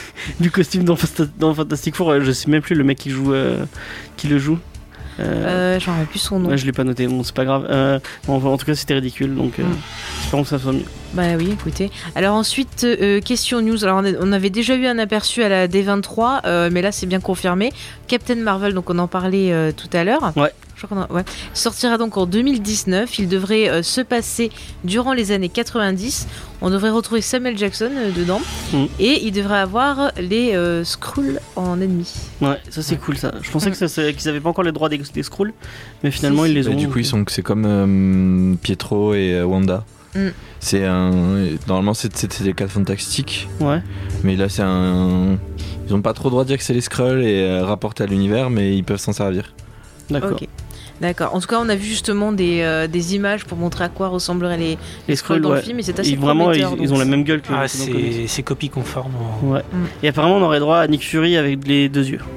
du costume dans, Fasta- dans Fantastic Four. euh, Je sais même plus le mec qui joue, euh, qui le joue. Euh, Euh, J'en ai plus son nom. ouais, je l'ai pas noté. Bon, c'est pas grave. Euh, bon, enfin, en tout cas, c'était ridicule. Donc, euh, Mm. espérons que ça soit mieux. Bah oui, écoutez. Alors ensuite, euh, question news. Alors on, a- on avait déjà eu un aperçu à la D vingt-trois, euh, mais là c'est bien confirmé. Captain Marvel, donc on en parlait euh, tout à l'heure. Ouais. Je crois qu'on a- ouais. Sortira donc en deux mille dix-neuf. Il devrait euh, se passer durant les années quatre-vingt-dix. On devrait retrouver Samuel Jackson euh, dedans. Mm. Et il devrait avoir les euh, Skrulls en ennemi. Ouais, ça c'est cool ça. Je pensais Mm. que ça, c'est- qu'ils avaient pas encore les droits des, des Skrulls, mais finalement Si, ils les Bah, ont. du coup, ils sont, c'est comme euh, Pietro et euh, Wanda. Mm. C'est un. Normalement, c'est- c'était des quatre fantastiques, Ouais. mais là, c'est un. Ils ont pas trop le droit de dire que c'est les Skrulls et euh, rapporter à l'univers, mais ils peuvent s'en servir. D'accord. Ok. D'accord. En tout cas, on a vu justement des, euh, des images pour montrer à quoi ressembleraient les, Les les Skrulls Skrulls, dans ouais. le film, et c'est assez Et vraiment, ils, prometteur, ils donc ont la ça- même gueule que. Ah, que dans le comics. c'est c'est copie conforme. Ouais. Mm. Et apparemment, on aurait droit à Nick Fury avec les deux yeux.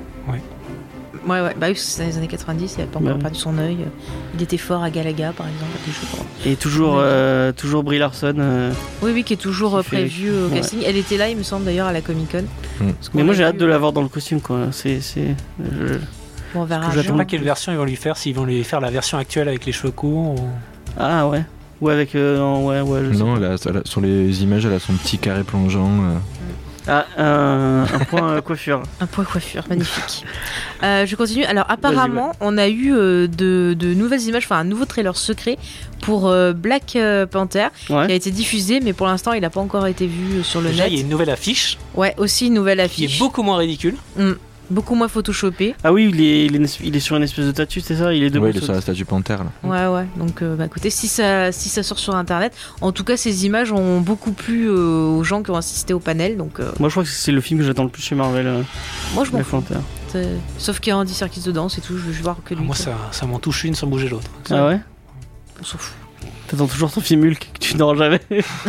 Ouais, ouais, bah oui, parce que c'est dans les années quatre-vingt-dix, il avait pas encore Bah oui. perdu son œil. Il était fort à Galaga, par exemple, à des jeux pour- Et toujours, Ouais. euh, toujours Brie Larson. euh, Oui, oui, qui est toujours euh, Qui fait- prévu au ouais. casting. Elle était là, il me semble, d'ailleurs, à la Comic Con. Mm. Mais moi, j'ai hâte de la voir dans le costume, quoi. C'est, c'est. je- Bon, on verra. que Je sais j'attends. pas quelle version ils vont lui faire, s'ils vont lui faire la version actuelle avec les cheveux courts. Ou... Ah ouais. Ou avec. euh, en- ouais, ouais. Je sais Non, pas. elle a- elle a- sur les images, elle a son petit carré plongeant. euh. Ah, un, un point euh, coiffure. Un point coiffure, magnifique. Euh, je continue. Alors, apparemment, on a eu euh, de, de nouvelles images, enfin, un nouveau trailer secret pour euh, Black euh, Panther qui a Ouais. été diffusé, mais pour l'instant, il n'a pas encore été vu sur le Déjà, net. il y a une nouvelle affiche Ouais, aussi une nouvelle qui est affiche. beaucoup moins ridicule. Mm. Beaucoup moins photoshopée. Ah oui, il est, il est, il est sur une espèce de statue, c'est ça? Il est debout. Ouais, il est sur- sur la statue panthère là. Ouais, ouais. Donc, euh, bah, écoutez, si ça, si ça sort sur Internet, en tout cas, ces images ont beaucoup plu euh, aux gens qui ont assisté au panel. Donc, euh, Moi, je crois que c'est le film que j'attends le plus chez Marvel. euh, moi, je m'en Black fous. Panther. C'est- Sauf qu'il y a Andy Serkis dedans, c'est tout. Je veux voir que lui. Moi, quoi. ça, ça m'en touche une sans bouger l'autre. Ah ouais? On s'en fout. T'attends toujours ton film Hulk que tu n'auras jamais.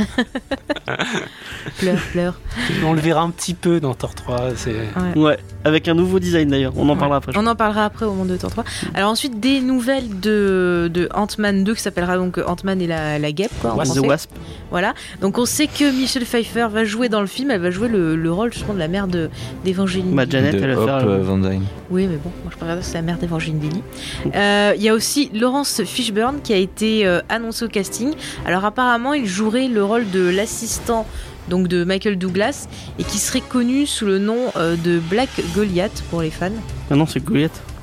Pleure, pleure. On le verra un petit peu dans Thor trois. C'est... Ouais. Ouais, avec un nouveau design d'ailleurs. On en Ouais. parlera après. je On en parlera après au monde de Thor trois. Alors ensuite, des nouvelles de, de Ant-Man deux qui s'appellera donc Ant-Man et la, la guêpe, quoi, en crois. The français. Wasp. Voilà. Donc on sait que Michelle Pfeiffer va jouer dans le film. Elle va jouer le, le rôle justement de la mère de, d'Evangeline. Bah, Janet, de elle va Hop faire. euh, Van Dyne. Oui, mais bon, moi je préfère dire que c'est la mère d'Evangeline Lilly. Euh, Il y a aussi Laurence Fishburne qui a été euh, annoncé au casting. Alors apparemment, il jouerait le rôle de l'assistant donc de Michael Douglas et qui serait connu sous le nom euh, de Black Goliath pour les fans. Ah non, c'est Goliath.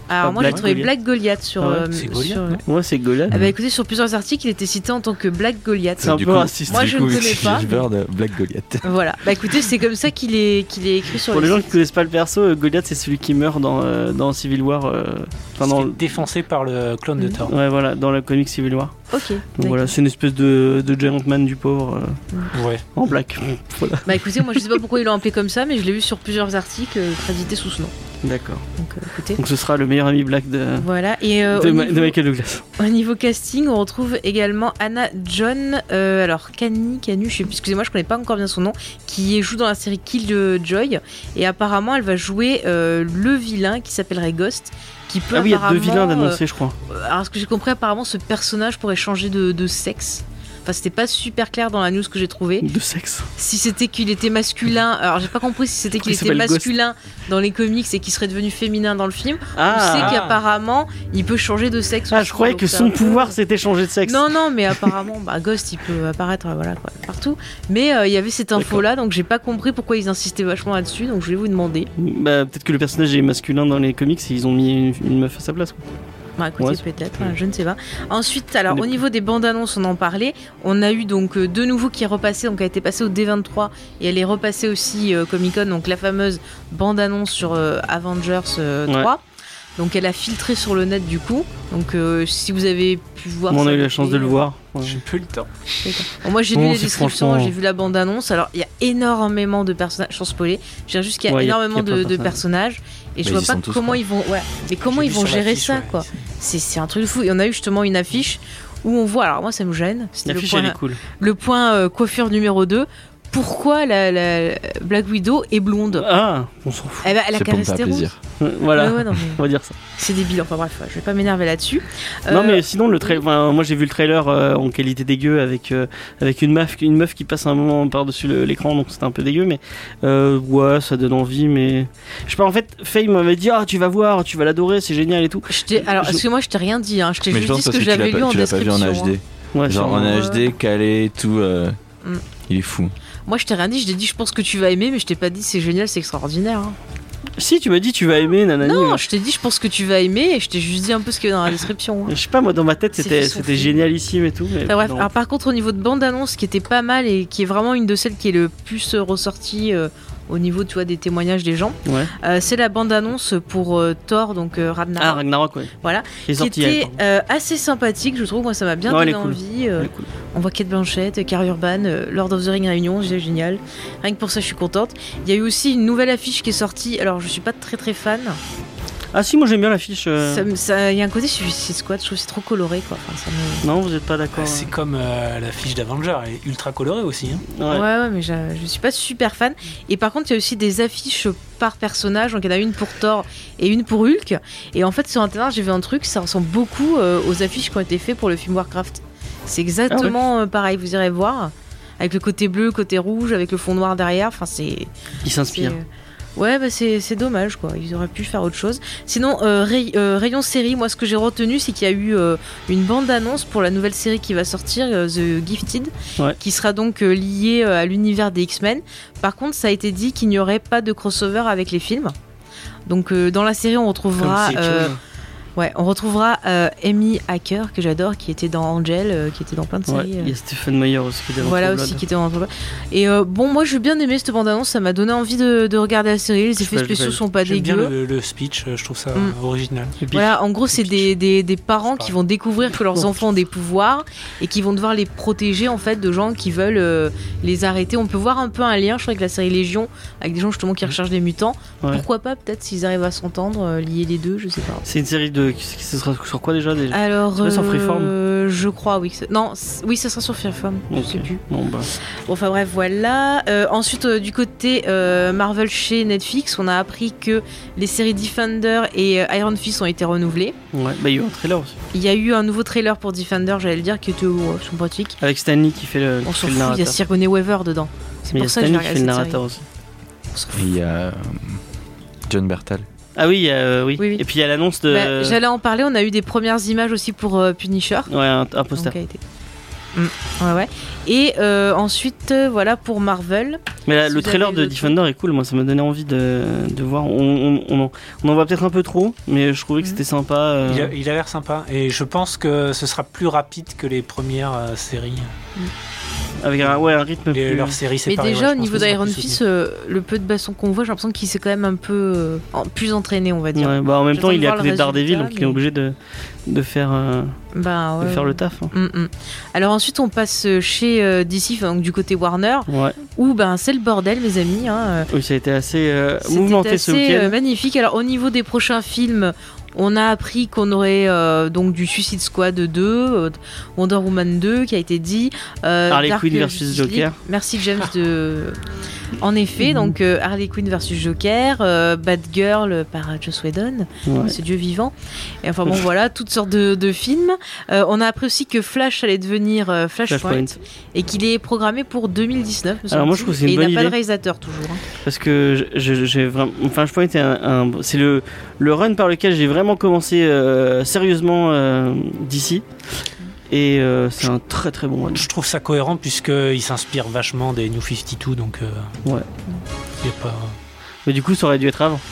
Alors moi Black j'ai trouvé Goliath. Black Goliath sur. Ah ouais, euh, c'est Goliath, sur- non Ouais, c'est Goliath. Ah bah écoutez, sur plusieurs articles, il était cité en tant que Black Goliath. C'est un Du peu coup, raciste. Moi, du je coup, ne connais j'ai pas. peur de Black Goliath. Voilà. Bah écoutez, c'est comme ça qu'il est qu'il est écrit sur Pour le les gens site. qui connaissent pas le perso, euh, Goliath c'est celui qui meurt dans, euh, dans Civil War. euh, Enfin, Qui dans est le- défoncé par le clone de Mhm. Thor. Ouais, voilà, dans le comic Civil War. Ok. Donc d'accord. voilà, c'est une espèce de, de Giant Man du pauvre euh, Ouais. en black. Voilà. Bah écoutez, moi je sais pas pourquoi ils l'ont appelé comme ça, mais je l'ai vu sur plusieurs articles euh, crédités sous ce nom. D'accord. Donc euh, écoutez. Donc ce sera le meilleur ami black de, Voilà. Et euh, de, au, Ma- niveau, de Michael Douglas. au niveau casting, on retrouve également Anna John, euh, alors Cani, Canu, je sais plus, excusez-moi, je connais pas encore bien son nom, qui joue dans la série Killjoy. Et apparemment, elle va jouer euh, le vilain qui s'appellerait Ghost. Qui peut Ah oui, il y a deux apparemment, vilains euh, d'annoncer, je crois. Alors, ce que j'ai compris, apparemment, ce personnage pourrait changer de, de sexe. Enfin, c'était pas super clair dans la news que j'ai trouvée. De sexe. Si c'était qu'il était masculin, alors j'ai pas compris si c'était qu'il Il était s'appelle Ghost. masculin dans les comics et qu'il serait devenu féminin dans le film. On sait Ah, qu'apparemment, il peut changer de sexe. ah aussi, je croyais donc que c'est son un peu- pouvoir c'était changer de sexe. Non, non, mais apparemment, bah, Ghost, il peut apparaître euh, voilà, quoi, partout. Mais euh, il y avait cette info-là, donc j'ai pas compris pourquoi ils insistaient vachement là-dessus, donc je voulais vous demander. Bah, peut-être que le personnage est masculin dans les comics et ils ont mis une, une meuf à sa place. Quoi. Bah écoutez, Ouais, peut-être, hein, je ne sais pas. Ensuite, alors Mais- au niveau des bandes annonces, on en parlait. On a eu donc euh, de nouveau qui est repassé, donc elle a été passée au D vingt-trois et elle est repassée aussi euh, Comic Con, donc la fameuse bande annonce sur euh, Avengers euh, Ouais. trois. Donc elle a filtré sur le net du coup. Donc euh, si vous avez pu voir. Bon, on ça, a eu la vous chance de pouvez- le voir. Ouais. J'ai peu le temps. Bon, moi j'ai Bon, lu les c'est descriptions, franchement- j'ai vu la bande annonce. Alors il y a énormément de personnages, sans spoiler. Je veux dire juste qu'il y a Ouais, il y a- énormément il y a plein de, de de personnages. Et je Bah, vois ils y pas sont tous, comment quoi. ils vont. Ouais. Mais comment J'ai ils vu vont sur gérer l'affiche, ça ouais. quoi. C'est c'est un truc de fou. Il y en a eu justement une affiche où on voit. Alors moi ça me gêne. C'était le L'affiche point, elle est cool. le point euh, coiffure numéro deux. Pourquoi la, la Black Widow est blonde? Ah, on s'en fout. Eh ben, elle a C'est qu'à pour me faire rester rouge. plaisir. Voilà, Ouais, ouais, non, mais on va dire ça. c'est débile. Enfin bref, je vais pas m'énerver là-dessus. Non Euh, mais sinon le trailer, enfin, moi j'ai vu le trailer euh, en qualité dégueu avec euh, avec une meuf une meuf qui passe un moment par dessus l'écran donc c'était un peu dégueu mais euh, ouais ça donne envie mais je sais pas en fait Faye m'avait dit ah tu vas voir tu vas l'adorer c'est génial et tout. je t'ai- alors, Je- excuse-moi, je t'ai rien dit. Hein. Je t'ai Mais je juste dit pense ce parce que que tu l'as j'avais lu pas, en tu l'as pas vu description. en hein. H D. Ouais, Genre sur- en H D, calé et tout. euh, Mm. Il est fou. Moi, je t'ai rien dit. Je t'ai dit, je pense que tu vas aimer, mais je t'ai pas dit c'est génial, c'est extraordinaire. hein. Si tu m'as dit tu vas aimer nanani. Non, mais- je t'ai dit, je pense que tu vas aimer, et je t'ai juste dit un peu ce qu'il y a dans la description. hein. Je sais pas moi dans ma tête C'est c'était fait son c'était film. génialissime et tout mais Enfin, bref, non. alors par contre au niveau de bande-annonce qui était pas mal et qui est vraiment une de celles qui est le plus euh, ressortie euh, au niveau tu vois, des témoignages des gens, Ouais. euh, c'est la bande-annonce pour euh, Thor, donc euh, Ah Ragnarok, Ragnarok ouais. voilà, Qui est qui sorti hier, était pardon. euh, assez sympathique, je trouve. Moi ça m'a bien Ouais, elle donné est cool. envie. euh, Elle est cool. on voit Kate Blanchett, Carrie Urban, euh, Lord of the Ring Réunion, c'est génial. Rien que pour ça je suis contente. Il y a eu aussi une nouvelle affiche qui est sortie, alors je suis pas très très fan. Ah si moi j'aime bien l'affiche. euh, Ça me- ça- Il y a un côté Suicide Squad, je trouve que c'est trop coloré quoi. Enfin, ça me- Non vous êtes pas d'accord. C'est comme euh, la fiche d'Avenger, elle est ultra colorée aussi. Hein. Ouais. Ouais, ouais, mais je, je suis pas super fan. Et par contre, il y a aussi des affiches par personnage. Donc, il y en a une pour Thor et une pour Hulk. Et en fait, sur Internet, j'ai vu un truc, ça ressemble beaucoup euh, aux affiches qui ont été faites pour le film Warcraft. C'est exactement euh, pareil, vous irez voir. Avec le côté bleu, le côté rouge, avec le fond noir derrière. Enfin, c'est. Il s'inspire. c'est- Ouais, bah c'est c'est dommage quoi. Ils auraient pu faire autre chose. Sinon, euh, ray- euh, rayon série, moi ce que j'ai retenu, c'est qu'il y a eu euh, une bande-annonce pour la nouvelle série qui va sortir, euh, The Gifted, Ouais. qui sera donc euh, liée euh, à l'univers des X-Men. Par contre, ça a été dit qu'il n'y aurait pas de crossover avec les films. Donc euh, dans la série, on Comme retrouvera, c'est euh, cool. ouais, on retrouvera euh, Amy Hacker que j'adore, qui était dans Angel, euh, qui était dans plein de Ouais, séries. euh. il y a Stephen Meyer aussi qui est dans Voilà True aussi Blood. qui était dans et euh, bon moi j'ai bien aimé cette bande annonce, ça m'a donné envie de, de regarder la série, les Je effets sais pas, j'ai spéciaux pas- sont pas J'aime bien dégueux. le, le speech, euh, je trouve ça Mm. original. Et puis, Voilà, en gros, c'est des, des, des parents C'est qui vont découvrir que leurs enfants ont des pouvoirs et qui vont devoir les protéger en fait de gens qui veulent euh, les arrêter. On peut voir un peu un lien, je crois, avec la série Légion, avec des gens justement qui recherchent des mutants. Ouais. Pourquoi pas, peut-être s'ils arrivent à s'entendre, euh, lier les deux, je sais pas. C'est une série de. qui- qui- Ce sera sur quoi déjà, déjà Alors, C'est pas sur Freeform euh, je crois, oui. que c'est- Non, c'est- oui, ça sera sur Freeform, je Ok. sais plus. Bon, bah. Bon, enfin bref, voilà. Euh, ensuite, euh, du côté euh, Marvel chez Netflix, on a appris que les séries Defender et euh, Iron Fist ont été renouvelées. Ouais, bah, il y a eu un trailer aussi. Il y a eu un nouveau trailer pour Defender, j'allais le dire, qui était ouais, sympathique. Avec Stanley qui fait le, On qui s'en fait le fout, il y a narrateur. Sigourney Weaver dedans. C'est Mais il y a pour ça que je Stanley vais qui fait le regarder cette narrateur série. aussi. On s'en Et fout. il y a euh, John Bertal. Ah oui, il y a, euh, oui. Oui, oui. Et puis il y a l'annonce de. Bah, j'allais en parler, on a eu des premières images aussi pour euh, Punisher. Ouais, un, un Donc, poster. qui a été- Mmh. Ouais, ouais. Et euh, ensuite, euh, voilà pour Marvel. Mais là, Si le vous trailer avez de le Defender est cool, moi ça m'a donné envie de, de voir. On, on, on, en, on en voit peut-être un peu trop, mais je trouvais que Mhm. c'était sympa. euh. Il a, il a l'air sympa et je pense que ce sera plus rapide que les premières euh, séries. Avec un, ouais, un rythme Les, plus... leurs séries Mais séparées. déjà, ouais, au je pense niveau que ça sera d'Iron plus Fist, soutenu. euh, le peu de baston qu'on voit, j'ai l'impression qu'il s'est quand même un peu euh, en- plus entraîné, on va dire. Ouais, bah en même J'attends temps, de il est à voir côté le de Daredevil, résultat, donc il est mais- obligé de, de, faire, euh, Bah, de ouais, faire ouais. le taf. hein. Mm, mm. Alors ensuite, on passe chez euh, D C, donc du côté Warner, Ouais. où ben c'est le bordel, mes amis. Hein. Oui, ça a été assez euh, C'était mouvementé ce assez week-end. euh, magnifique. Alors au niveau des prochains films, on a appris qu'on aurait euh, donc du Suicide Squad deux, euh, Wonder Woman deux qui a été dit, euh, Harley Dark Quinn versus Justice League. Joker. Merci James de. En effet, donc euh, Harley Quinn versus Joker, euh, Batgirl par Joss Whedon, Ouais. ce dieu vivant. Et enfin bon voilà, toutes sortes de, de films. Euh, on a appris aussi que Flash allait devenir euh, Flashpoint, Flashpoint. et qu'il est programmé pour deux mille dix-neuf. me Alors moi, je semble-t-il. trouve que c'est une Et bonne il n'a pas idée. de réalisateur toujours. hein. Parce que je- je- j'ai vraiment. Enfin, Flashpoint est un, un- c'est le, le run par lequel j'ai vraiment commencé euh, sérieusement euh, d'ici. Et euh, c'est un très très bon run. Je trouve ça cohérent puisqu'il s'inspire vachement des New cinquante-deux, donc euh, Ouais. y a pas. Mais du coup, ça aurait dû être avant.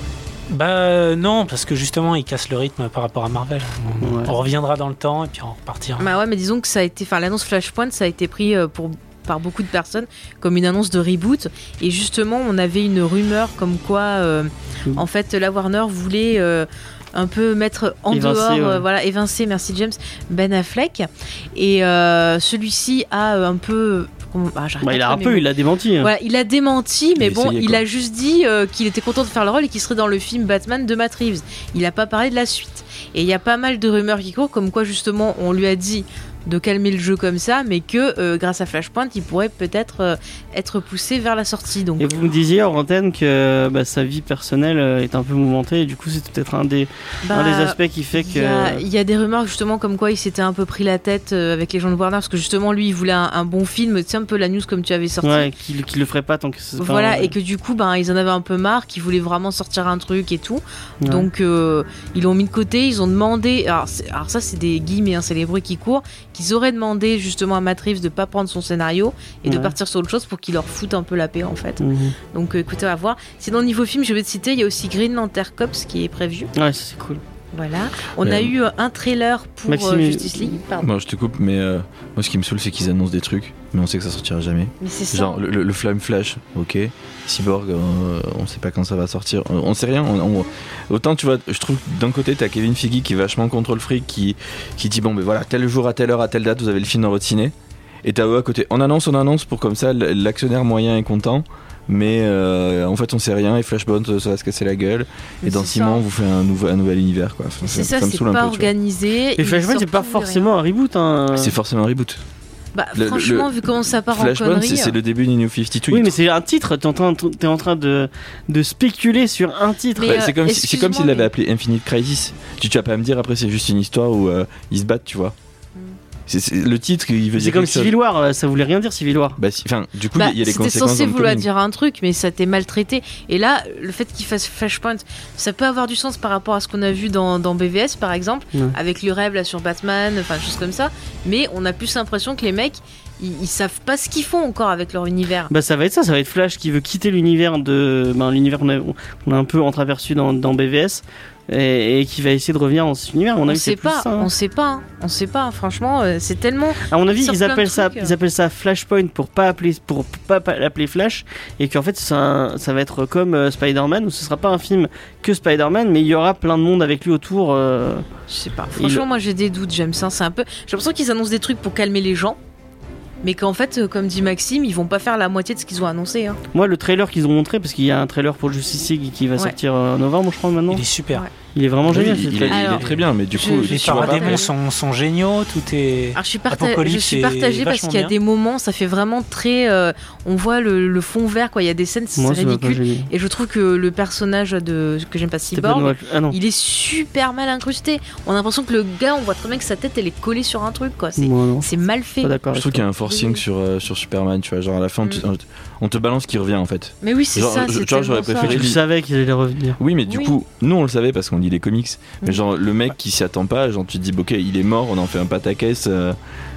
Bah euh, non, parce que justement, il casse le rythme par rapport à Marvel. On, Ouais. on reviendra dans le temps et puis on repartira. Bah ouais, mais disons que ça a été, enfin l'annonce Flashpoint, ça a été pris euh, pour par beaucoup de personnes comme une annonce de reboot. Et justement, on avait une rumeur comme quoi, euh, Mm. en fait, la Warner voulait euh, un peu mettre en Évincer, dehors, ouais. euh, voilà, évincer, merci James, Ben Affleck. Et euh, celui-ci a euh, un peu, comment- ah, j'arrive Bah, pas il à a un trouver peu, mes mots. il a démenti. hein. Voilà, il a démenti, mais Il bon, essayait, il quoi. a juste dit euh, qu'il était content de faire le rôle et qu'il serait dans le film Batman de Matt Reeves. Il n'a pas parlé de la suite. Et il y a pas mal de rumeurs qui courent, comme quoi justement on lui a dit de calmer le jeu comme ça, mais que euh, grâce à Flashpoint, il pourrait peut-être euh, être poussé vers la sortie. Donc, Et vous me disiez hors antenne que bah, sa vie personnelle euh, est un peu mouvementée, et du coup, c'est peut-être un des, bah, un des aspects qui fait Il que. y, a, il y a des rumeurs justement comme quoi il s'était un peu pris la tête euh, avec les gens de Warner, parce que justement lui il voulait un, un bon film, tu sais un peu la news comme tu avais sorti. Ouais, qu'il qu'il le ferait pas tant que c'est pas. Voilà, un- et que du coup, ben, ils en avaient un peu marre, qu'ils voulaient vraiment sortir un truc et tout. Ouais. Donc, euh, ils l'ont mis de côté, ils ont demandé. Alors, c'est- alors ça, c'est des guillemets, hein, c'est les bruits qui courent, qu'ils auraient demandé justement à Matt Reeves de pas prendre son scénario et de Ouais. partir sur autre chose pour qu'il leur foute un peu la paix en fait. Mhm. Donc, euh, écoutez, on va voir. Sinon, niveau film, je vais te citer, il y a aussi Green Lantern Corps qui est prévu. Ouais, ça, c'est cool. Voilà. On Mais, a euh, eu euh, un trailer pour Maxime, euh, il- Justice League. Pardon. Moi je te coupe, mais euh, moi ce qui me saoule c'est qu'ils annoncent des trucs, mais on sait que ça sortira jamais. Mais c'est ça. Genre le, le, le Flame Flash, ok. Cyborg, euh, on sait pas quand ça va sortir. On, on sait rien. On, on- autant tu vois, je trouve que d'un côté t'as Kevin Feige qui est vachement contre le fric, qui, qui dit bon ben voilà, tel jour à telle heure à telle date vous avez le film dans votre ciné. Et t'as eux à côté, on annonce, on annonce pour comme ça l- l'actionnaire moyen est content. Mais euh, en fait on sait rien et Flashpoint ça va se casser la gueule. Mais Et dans c'est six ça. mois on vous fait un, nouveau, un nouvel univers quoi. Enfin, C'est ça, ça, me c'est saoule un pas peu, tu vois. organisé. Et il Flashpoint, sort c'est pas plus rien. forcément un reboot. Hein. C'est forcément un reboot. Bah, Le- le- franchement, le- vu comment ça part en Flashpoint conneries. c'est c'est le début du New cinquante-deux. Oui, mais c'est un titre. T'es en train, t'es en train de, de spéculer sur un titre. Mais, Bah, euh, c'est comme si- c'est comme s'il excuse-moi, l'avait mais- appelé Infinite Crisis. Tu, tu vas pas me dire après c'est juste une histoire où euh, ils se battent, tu vois. C'est, c'est- le titre il veut C'est dire comme quelque chose. Civil War. euh, Ça voulait rien dire Civil War. Bah, si- enfin, du coup il Bah, y a les c'était conséquences censé dans le vouloir comics. dire un truc, mais ça t'est maltraité. Et là, le fait qu'il fasse Flashpoint, ça peut avoir du sens par rapport à ce qu'on a vu dans, dans B V S, par exemple, Ouais. avec l'Ureb là sur Batman, enfin, des choses comme ça. Mais on a plus l'impression que les mecs, ils, ils savent pas ce qu'ils font encore avec leur univers. Bah ça va être ça, ça va être Flash qui veut quitter l'univers de, ben, l'univers qu'on a, on a un peu entreaperçu dans, dans B V S et, et qui va essayer de revenir dans cet univers. À mon On avis, c'est sait plus pas, ça, hein. on sait pas, hein. on sait pas. hein. Franchement, euh, c'est tellement. À mon avis, Ils sortent ils plein de appellent ça, trucs. ils appellent ça Flashpoint pour pas appeler, pour pas pas l'appeler Flash, et qu'en fait ça, un- ça va être comme euh, Spider-Man où ce sera pas un film que Spider-Man, mais il y aura plein de monde avec lui autour. euh, Je sais pas. Franchement, Il- moi j'ai des doutes. J'aime ça. C'est un peu. J'ai l'impression qu'ils annoncent des trucs pour calmer les gens. Mais qu'en fait, euh, comme dit Maxime, ils vont pas faire la moitié de ce qu'ils ont annoncé. hein. Moi, le trailer qu'ils ont montré, parce qu'il y a un trailer pour Justice League qui va Ouais. sortir euh, en novembre, je crois maintenant. Il est super. Ouais. Il est vraiment Oui, génial. il, ce il est, trailer. il est Alors, très bien, mais du je- coup, je Les suis pas paradémons d'accord. sont, sont géniaux, tout est. Alors je suis, parta- Apocalypse, je suis c'est partagée parce vachement qu'il y a bien. des moments, ça fait vraiment très. euh, on voit le, le fond vert, quoi. Il y a des scènes, c'est Moi, ça m'a pas ridicule. gêné. Et je trouve que le personnage de que j'aime pas, Cyborg, Steppenwolf. Ah non. il est super mal incrusté. On a l'impression que le gars, on voit très bien que sa tête, elle est collée sur un truc, quoi. C'est Moi, non. c'est mal fait. Pas d'accord. je avec trouve toi. qu'il y a un forcing sur, euh, sur Superman, tu vois. Genre à la fin, on te- on te balance qui revient en fait. Mais oui, c'est Genre, ça. je- C'est tu vois, j'aurais tellement ça. préféré Je savais qu'il allait revenir. Oui, mais du Oui. coup, nous on le savait parce qu'on lit les comics. Mais Mm. genre, le mec qui s'y attend pas, genre tu te dis, ok, il est mort, on en fait un pataquès. Euh,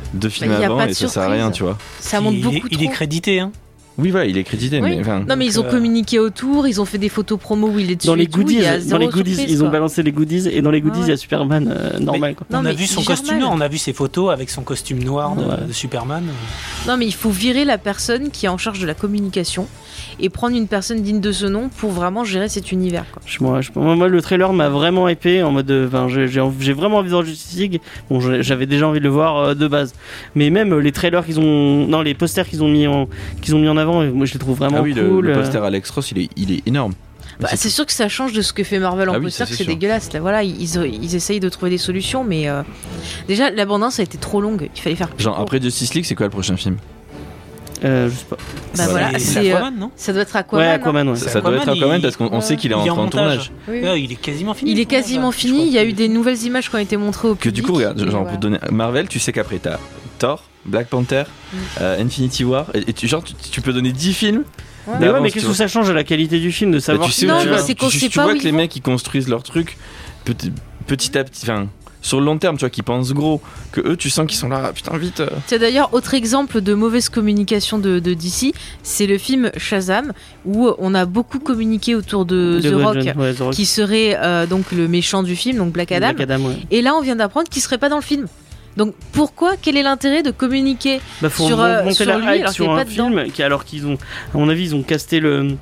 deux films Bah, y a avant pas de et ça sert à rien, surprise. tu vois. Ça monte il, beaucoup il trop. est crédité, hein. Oui, voilà, il est crédité, Oui. mais enfin. Non, mais Donc, ils ont euh, communiqué autour, ils ont fait des photos promo où il est dessus. Dans les et tout, il goodies, y a dans zéro les goodies, surprise, ils ont quoi. balancé les goodies et dans les goodies, il Ouais. y a Superman euh, normal. Quoi. Non, on a mais vu son il gère costume, mal. on a vu ses photos avec son costume noir de, Ouais. de Superman. Non, mais il faut virer la personne qui est en charge de la communication et prendre une personne digne de ce nom pour vraiment gérer cet univers, quoi. Je- moi, je- moi, moi, le trailer m'a vraiment épais en mode. euh, Enfin, j'ai, j'ai, env- j'ai vraiment envie de voir Justice League. Bon, j'ai- j'avais déjà envie de le voir euh, de base, mais même euh, les trailers qu'ils ont, non, les posters qu'ils ont mis en, qu'ils ont mis en avant, euh, moi je les trouve vraiment Ah oui, le, cool. le euh. poster Alex Ross, il est, il est énorme. Mais Bah, c'est c'est sûr que ça change de ce que fait Marvel en Ah oui, poster, ça, c'est c'est sûr. dégueulasse. Là, voilà, ils, ils essayent de trouver des solutions, mais euh, déjà l'abondance a été trop longue. Il fallait faire plus Genre, court. après Justice League, c'est quoi le prochain film? Euh, je sais pas. Bah voilà, c'est c'est, euh, Aquaman, non ça doit être Aquaman. Ouais, hein. Aquaman, ouais. C'est Ça doit être Aquaman, Aquaman il- parce qu'on on ouais. sait qu'il est en Il est en train de tournage. montage. Oui, oui. Ouais, il est quasiment fini. Il est le tournage, quasiment là. Je fini. crois Il y a que- eu des nouvelles images qui ont été montrées au Que public. du coup, regarde, et genre voilà. pour donner Marvel, tu sais qu'après t'as Thor, Black Panther, Mm. euh, Infinity War, et, et tu, genre tu, tu peux donner dix films. Ouais. Mais ouais, d'avance, mais tu qu'est-ce vois. que ça change à la qualité du film de Bah, savoir tu sais, Non, tu, mais vois, c'est qu'on tu- sait tu pas vois où que ils les vont. mecs ils construisent leur truc petit, petit à petit, enfin sur le long terme, tu vois, qu'ils pensent gros, que eux tu sens qu'ils sont là, ah, putain vite. euh. C'est d'ailleurs autre exemple de mauvaise communication de, de D C, c'est le film Shazam où on a beaucoup communiqué autour de, de The Rock, John- ouais, The Rock. qui serait euh, donc le méchant du film, donc Black Adam. Black Adam, ouais. Et là, on vient d'apprendre qu'il serait pas dans le film. Donc pourquoi, quel est l'intérêt de communiquer Bah, faut sur, euh, monter sur la lui, hype alors sur qu'il est un pas dedans. film qui, alors qu'ils ont, à mon avis, ils ont casté le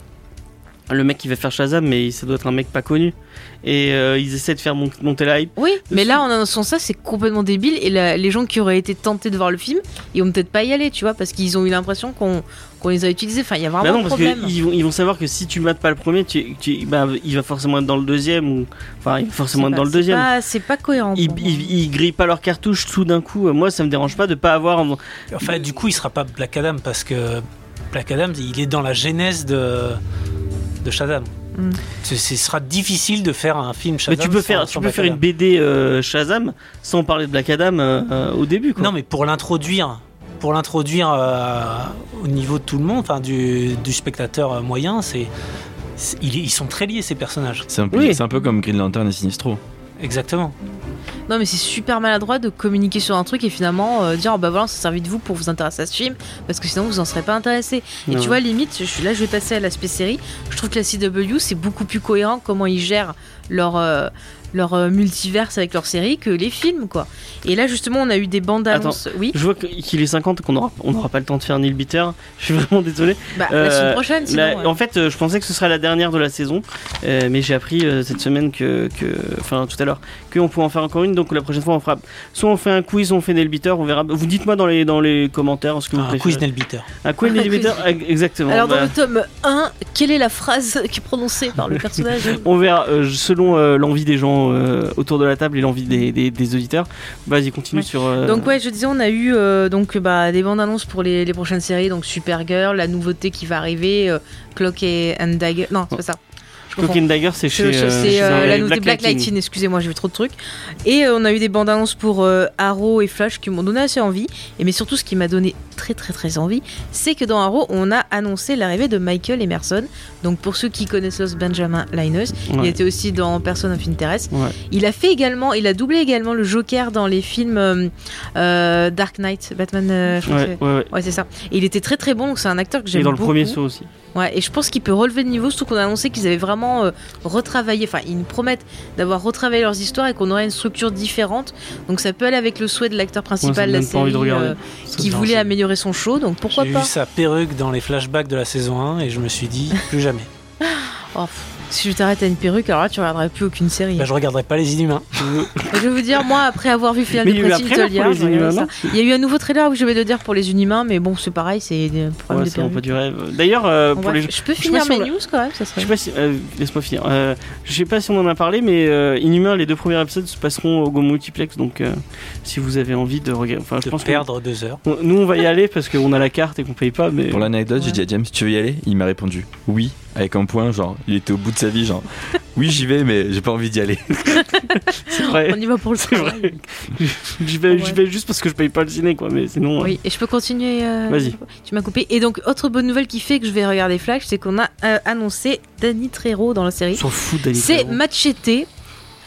le mec qui va faire Shazam, mais ça doit être un mec pas connu. Et euh, ils essaient de faire mon- monter la hype. Oui, mais Dessus. là, en annonçant ça, c'est complètement débile. Et la- les gens qui auraient été tentés de voir le film, ils vont peut-être pas y aller, tu vois, parce qu'ils ont eu l'impression qu'on qu'on les a utilisés. Enfin, il y a vraiment Bah non, un parce problème. qu'ils vont, ils vont savoir que si tu mates pas le premier, tu, tu- bah, il va forcément être dans le deuxième. Ou, enfin, il va forcément C'est être pas- dans le c'est deuxième. pas- C'est pas cohérent. Ils, pour moi. ils, ils grillent pas leur cartouche tout d'un coup. Moi, ça me dérange pas de pas avoir. Enfin, du coup, il sera pas Black Adam parce que Black Adam, il est dans la genèse de, de Shazam. Mm. Ce, ce sera difficile de faire un film Mais Shazam. tu peux sans- faire, sans tu peux Black faire une Adam. B D euh, Shazam sans parler de Black Adam euh, euh, au début. Quoi. Non, mais pour l'introduire, pour l'introduire euh, au niveau de tout le monde, enfin du, du spectateur euh, moyen, c'est, c'est- ils, ils sont très liés ces personnages. C'est un, peu- Oui. c'est un peu comme Green Lantern et Sinistro. Exactement. Non, mais c'est super maladroit de communiquer sur un truc et finalement euh, dire oh, bah voilà, ça servi de vous pour vous intéresser à ce film parce que sinon vous en serez pas intéressé. Et Non. tu vois, limite, je suis là, je vais passer à l'aspect série. Je trouve que la C W c'est beaucoup plus cohérent comment ils gèrent leur euh, leur euh, multiverse avec leur série que les films, quoi. Et là, justement, on a eu des bandes annonces. Oui, Je vois que- qu'il est cinquante et qu'on aura, on n'aura pas le temps de faire Neil Bitter. Je suis vraiment désolé. bah, Euh, la semaine prochaine, sinon. La- ouais. En fait, euh, je pensais que ce serait la dernière de la saison, euh, mais j'ai appris euh, cette semaine que, que, enfin tout à l'heure, qu'on pouvait en faire encore une. Donc la prochaine fois, on fera soit on fait un quiz, soit on fait Neil Bitter. On verra. Vous dites-moi dans les dans les commentaires ce que vous Un préférez. quiz Neil Bitter. Un quiz Un Neil quiz. Bitter, exactement. Alors, dans Bah, le tome un, quelle est la phrase qui est prononcée par le personnage On verra euh, selon euh, l'envie des gens euh, autour de la table et l'envie des, des, des auditeurs. Vas-y, continue Ouais. sur. euh, Donc ouais, je disais, on a eu euh, donc bah, des bandes annonces pour les, les prochaines séries, donc Supergirl, la nouveauté qui va arriver, euh, Cloak et and Dagger. Non, c'est pas ça. Je Cloak confonds. and Dagger, c'est Je- chez. je- euh, c'est chez euh, un- la avec nouveauté Black Lightning, excusez-moi, j'ai vu trop de trucs. Et euh, on a eu des bandes annonces pour euh, Arrow et Flash qui m'ont donné assez envie. Et mais surtout, ce qui m'a donné très très très envie, c'est que dans Arrow, on a annoncé l'arrivée de Michael Emerson. Donc pour ceux qui connaissent Los Benjamin Linus, il Ouais. était aussi dans Person of Interest. Ouais. Il a fait également, il a doublé également le Joker dans les films euh, euh, Dark Knight, Batman. euh, je crois que Ouais, c'est- ouais, ouais. Ouais, c'est ça. Et il était très très bon, donc c'est un acteur que j'aime Et dans le beaucoup. premier saut aussi. Ouais, et je pense qu'il peut relever le niveau, surtout qu'on a annoncé qu'ils avaient vraiment euh, retravaillé, enfin ils nous promettent d'avoir retravaillé leurs histoires et qu'on aurait une structure différente. Donc ça peut aller avec le souhait de l'acteur Moi, ça principal me de la donne pas envie de série regarder. euh, Ça, qui c'est voulait un- améliorer son show, donc pourquoi J'ai pas vu sa perruque dans les flashbacks de la saison un et je me suis dit plus jamais. Oh, pff, si je t'arrête à une perruque, alors là tu regarderas plus aucune série. Bah, je regarderai pas les Inhumains. Je vais vous dire, moi après avoir vu Final Mais il y a eu un Destination trailer Little pour Years, les je regardais Inhumains, ça. Il y a eu un nouveau trailer, oui je vais le dire, pour les Inhumains, mais bon c'est pareil, c'est des problèmes Ouais, de c'est un peu perruque. du rêve. D'ailleurs, euh, Bon, pour les bref, je peux sais finir pas si mes on l'a- news quand même, ça Je serait. sais pas si. euh, Laisse-moi finir. Euh, je sais pas si on en a parlé, mais euh, Inhumains, les deux premiers épisodes se passeront au Go Multiplex. Donc, euh, si vous avez envie de regarder. Enfin, je De pense perdre deux heures. que. on- Nous, on va y aller parce qu'on a la carte et qu'on paye pas. Mais Pour l'anecdote, Ouais. j'ai dit à James, tu veux y aller? Il m'a répondu oui, avec un point, genre, il était au bout de sa vie, genre, oui, j'y vais, mais j'ai pas envie d'y aller. c'est vrai. On y va pour le C'est travail. vrai. J'y vais, Ouais. j'y vais juste parce que je paye pas le ciné, quoi. Mais sinon. euh, Oui, et je peux continuer. euh, Vas-y. Tu m'as coupé. Et donc, autre bonne nouvelle qui fait que je vais regarder Flash, c'est qu'on a euh, annoncé Danny Trejo dans la série. On s'en fout d'aller. C'est Machete.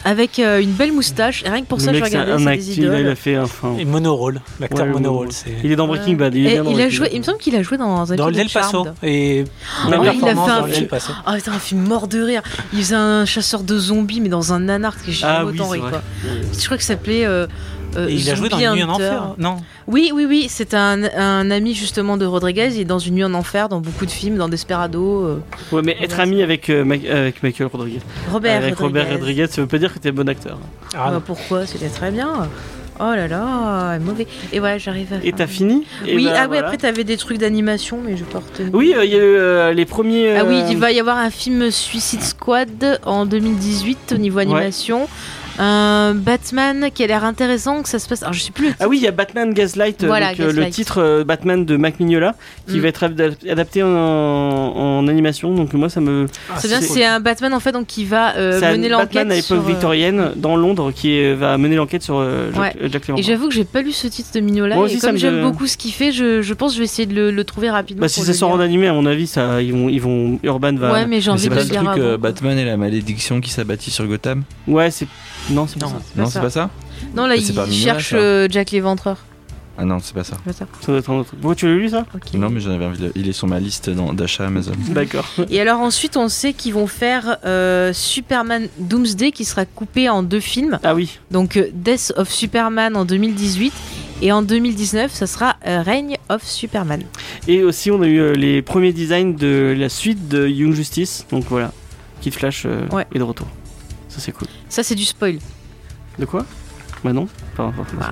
avec euh, une belle moustache. Et rien que pour Le ça, je mec, c'est regardais, un c'est acteur, des il a, il idoles. a fait enfin. Et Monorole, l'acteur Ouais, Monorole. ouais. C'est... Il est dans Breaking Ouais. Bad. Il, est Et bien dans il a Breaking joué, Bad. il me semble qu'il a joué dans un Dans film El de Paso. Charmed. Et Ah même ouais, il a performance fait un dans film. El Paso. Oh putain, un film mort de rire. Il faisait un chasseur de zombies, mais dans un nanar que j'ai Ah jamais oui, autant c'est ri, vrai. quoi. Je crois que ça s'appelait. Euh, euh, Et il a joué dans Zombie Une nuit en Hunter. enfer. Non. Oui, oui, oui. C'est un, un ami justement de Rodriguez. Il est dans Une nuit en enfer, dans beaucoup de films, dans Desperado. euh, Ouais, mais être ami avec, euh, Mac- avec Michael Rodriguez. Robert avec Rodriguez. Robert Rodriguez, ça veut pas dire que t'es bon acteur. Ah, Bah, non. pourquoi? C'était très bien. Oh là là, mauvais. Et voilà, j'arrive à. Et t'as fini Et Oui, bah, ah oui, voilà. après t'avais des trucs d'animation, mais je peux retenir. Oui, euh, il y a eu euh, les premiers. Ah oui, euh, il va y avoir un film Suicide Squad en deux mille dix-huit au niveau animation. Un Batman qui a l'air intéressant, que ça se passe. Alors je sais plus. Le Ah oui, il y a Batman Gaslight, euh, Voilà, donc, euh, le Gaslight. titre euh, Batman de Mac Mignola, qui Mm. va être adap- adapté en, en animation. Donc moi, ça me. Ah, C'est bien, c'est un Batman en fait donc qui va euh, C'est un mener l'enquête Batman à l'époque sur, euh, victorienne dans Londres qui euh, va mener l'enquête sur euh, Jack, Ouais. euh, Jack Et Léventreur. j'avoue que j'ai pas lu ce titre de Mignola. Moi aussi, et ça comme me- j'aime beaucoup ce qu'il fait, je, je pense que je vais essayer de le, le trouver rapidement. Bah, si pour ça le sort en lire. animé, à mon avis, ça, ils vont, ils vont, Urban va. Ouais, mais j'ai Mais envie c'est de pas le le lire truc avant, euh, quoi. Batman et la malédiction qui s'abattit sur Gotham? Ouais, c'est. Non, c'est pas Non. ça. pas Non, ça. c'est pas ça? Non, là, Mais c'est il pas Mignola, cherche ça. euh, Jack l'Éventreur. Ah non, c'est pas ça. C'est pas ça. Ça doit être un autre truc. Pourquoi tu l'as lu ça Ok. Non, mais j'en avais envie de... Il est sur ma liste dans- d'achat Amazon. D'accord. Et alors ensuite, on sait qu'ils vont faire euh, Superman Doomsday qui sera coupé en deux films. Ah oui. Donc euh, Death of Superman en deux mille dix-huit et en deux mille dix-neuf, ça sera euh, Reign of Superman. Et aussi, on a eu euh, les premiers designs de la suite de Young Justice. Donc voilà. Kid Flash euh, Ouais. est de retour. Ça, c'est cool. Ça, c'est du spoil. De quoi Bah non. Pas pas- Bah,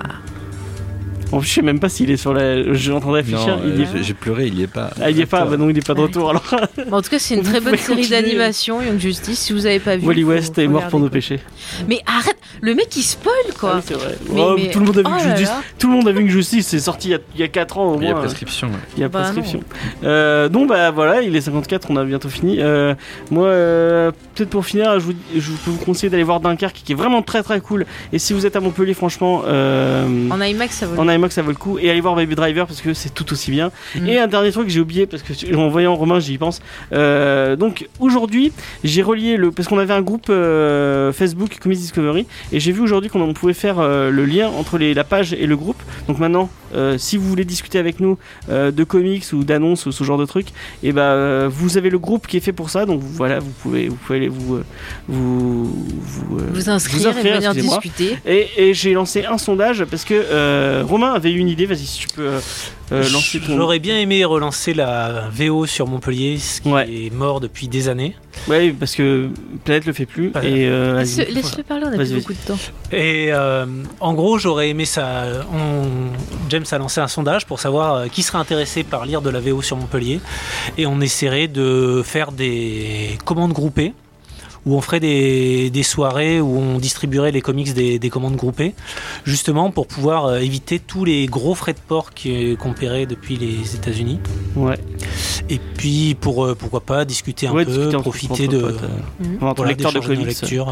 En plus, je sais même pas s'il est sur la. J'ai entendu réfléchir. Non, il y est... euh, j'ai pleuré, il y est pas. Ah, il y est pas. Bah non, il est pas de retour. Alors, bon, en tout cas, c'est une Vous très bonne pouvez série continuer. d'animation, Young Justice. Si vous avez pas vu, Wally faut- West faut est mort regarder, pour nos quoi. péchés. Mais arrête, le mec il spoil Ah quoi. oui, c'est vrai. Mais- Oh, mais- Tout le monde a vu oh que là Justice. là. Tout le monde a vu que Justice. C'est sorti il y a- il y a quatre ans au Il y a moins. prescription. ouais. Il y a Bah prescription. Euh, donc bah voilà, il est cinquante-quatre, on a bientôt fini. Euh, moi, euh, peut-être pour finir, je, vous, je peux vous conseiller d'aller voir Dunkerque, qui est vraiment très très cool. Et si vous êtes à Montpellier, franchement, euh, En IMAX, ça vaut. en IMAX ça vaut le coup. Et allez voir Baby Driver parce que c'est tout aussi bien. Mm. Et un dernier truc que j'ai oublié parce que en voyant Romain, j'y pense. Euh, donc aujourd'hui, j'ai relié le parce qu'on avait un groupe euh, Facebook Comics Discovery et j'ai vu aujourd'hui qu'on pouvait faire euh, le lien entre les, la page et le groupe. Donc maintenant, euh, si vous voulez discuter avec nous euh, de comics ou d'annonces ou ce genre de trucs, et ben euh, vous avez le groupe qui est fait pour ça. Donc voilà, vous pouvez vous pouvez aller vous euh, vous vous, euh, Vous inscrire, et venir excusez-moi. discuter. Et, et j'ai lancé un sondage parce que euh, Romain avait eu une idée. Vas-y, si tu peux euh, euh, lancer ton. J'aurais bien aimé relancer la V O sur Montpellier, ce qui Ouais. est mort depuis des années. Ouais, parce que Planète le fait plus. Ouais. Et euh, Laisse-le vas-y. laisse-le parler, on a Vas-y, plus vas-y. beaucoup de temps. Et euh, en gros, j'aurais aimé ça. On... James a lancé un sondage pour savoir euh, qui serait intéressé par lire de la V O sur Montpellier. Et on essaierait de faire des commandes groupées, où on ferait des, des soirées où on distribuerait les comics des, des commandes groupées, justement pour pouvoir euh, éviter tous les gros frais de port qui- qu'on paierait depuis les États-Unis. Ouais. Et puis pour euh, pourquoi pas discuter un Ouais, peu, discuter entre- profiter entre de potes, euh, Mhm. entre voilà, lecteurs de d'échanger nos comics. lectures.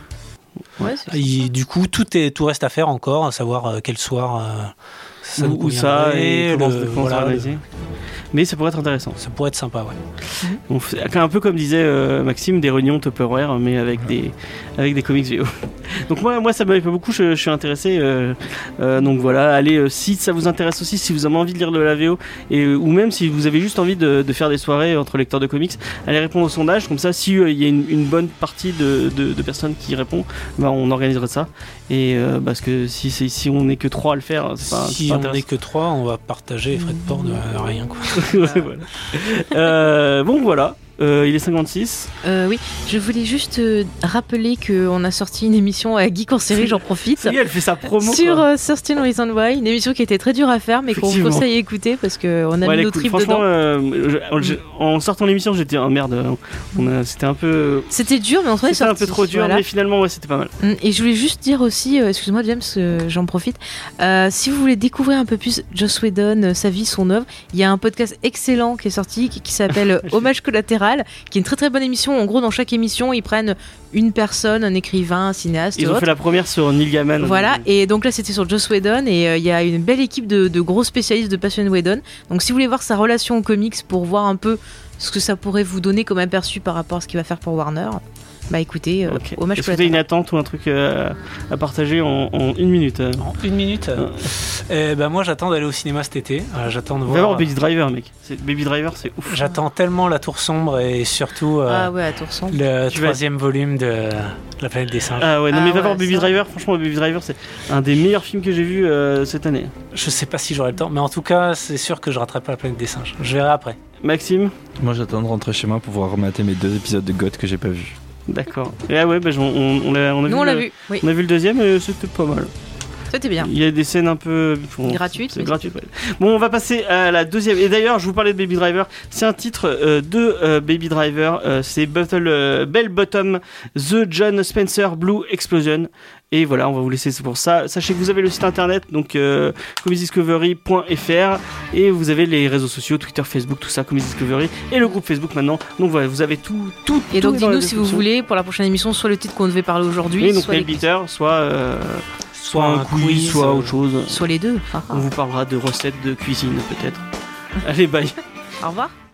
Ouais, c'est Et du coup, tout est tout reste à faire encore, à savoir euh, quel soir euh, ça nous Où, où ça et conviendrait, comment, le- comment voilà, ça le- organiser. Mais ça pourrait être intéressant. ça pourrait être sympa, ouais. On fait, un peu comme disait euh, Maxime, des réunions Tupperware, mais avec des, avec des comics V O. Donc moi, moi ça m'avait pas beaucoup, je, je suis intéressé. Euh, euh, donc voilà, allez, euh, si ça vous intéresse aussi, si vous avez envie de lire de la V O, et, euh, ou même si vous avez juste envie de, de faire des soirées entre lecteurs de comics, allez répondre au sondage. Comme ça, s'il y a une, une bonne partie de, de, de personnes qui répondent, bah, on organisera ça. Et euh, parce que si, c'est- si on n'est que trois à le faire, c'est pas, c'est Si pas on n'est intéressant. que trois, on va partager les frais de port de, de rien, quoi. Voilà. Euh, bon voilà, euh, il est cinquante-six. Euh, oui, je voulais juste euh, rappeler qu'on a sorti une émission à Geek en série, j'en profite. Ça y est, elle fait sa promo. Sur quoi. euh, thirteen Reasons Why, une émission qui était très dure à faire, mais qu'on vous Effectivement. conseille d'écouter parce qu'on a Ouais, mis elle est nos cool. tripes Franchement, dedans. euh, je- je- en sortant l'émission, j'étais un merde. euh, on a- C'était un peu, C'était dur, mais on trouvait c'était un peu trop dur, mais finalement, ouais, c'était pas mal. Mm, Et je voulais juste dire aussi, euh, excuse-moi James, euh, j'en profite, euh, si vous voulez découvrir un peu plus Joss Whedon, euh, sa vie, son œuvre, il y a un podcast excellent qui est sorti qui, qui s'appelle euh, Hommage collatéral, qui est une très très bonne émission. En gros, dans chaque émission, ils prennent une personne, un écrivain, un cinéaste, Ils ont autre. fait la première sur Neil Gaiman. Voilà, et donc là c'était sur Joss Whedon et euh, il y a une belle équipe de, de gros spécialistes de Passion Whedon. Donc si vous voulez voir sa relation aux comics pour voir un peu ce que ça pourrait vous donner comme aperçu par rapport à ce qu'il va faire pour Warner, Bah écoutez, euh, Ok. hommage Est-ce que vous avez une attente ou un truc euh, à partager en, en une minute euh En une minute. euh, eh ben moi j'attends d'aller au cinéma cet été. Euh, j'attends de On va voir voir. Baby Driver, mec. C'est- Baby Driver, c'est ouf. J'attends tellement La Tour Sombre et surtout euh, Ah ouais, à Tour sombre. le Tu vas- troisième volume de La Planète des Singes. Ah ouais, non Ah mais va ouais, voir Baby ça. Driver. Franchement, Baby Driver, c'est un des meilleurs films que j'ai vu euh, cette année. Je sais pas si j'aurai le temps, mais en tout cas c'est sûr que je rattrape pas La Planète des Singes. Je verrai après. Maxime, Moi j'attends de rentrer chez moi pour pouvoir remater mes deux épisodes de Goth que j'ai pas vus. d'accord. Et ah ouais, bah, on, on, on l'a, on a Nous vu. on l'a le- vu, oui. On a vu le deuxième et c'était pas mal. C'était bien. Il y a des scènes un peu bon, Gratuites, c'est mais gratuit, ouais. Bon, on va passer à la deuxième. Et d'ailleurs, je vous parlais de Baby Driver. C'est un titre euh, de euh, Baby Driver. Euh, c'est Battle euh, Bell Bottom, The John Spencer Blue Explosion. Et voilà, on va vous laisser c'est pour ça. Sachez que vous avez le site internet, donc euh, comics discovery point f r, et vous avez les réseaux sociaux, Twitter, Facebook, tout ça, Comics Discovery, et le groupe Facebook maintenant. Donc voilà, vous avez tout, tout. Et tout donc dans la dites-nous si vous description. voulez pour la prochaine émission soit le titre qu'on devait parler aujourd'hui, Oui, donc soit, les... Nail Beater, soit, euh, soit un quiz, soit euh, autre chose. soit les deux. Ah, ah. On vous parlera de recettes de cuisine peut-être. Allez, bye. Au revoir.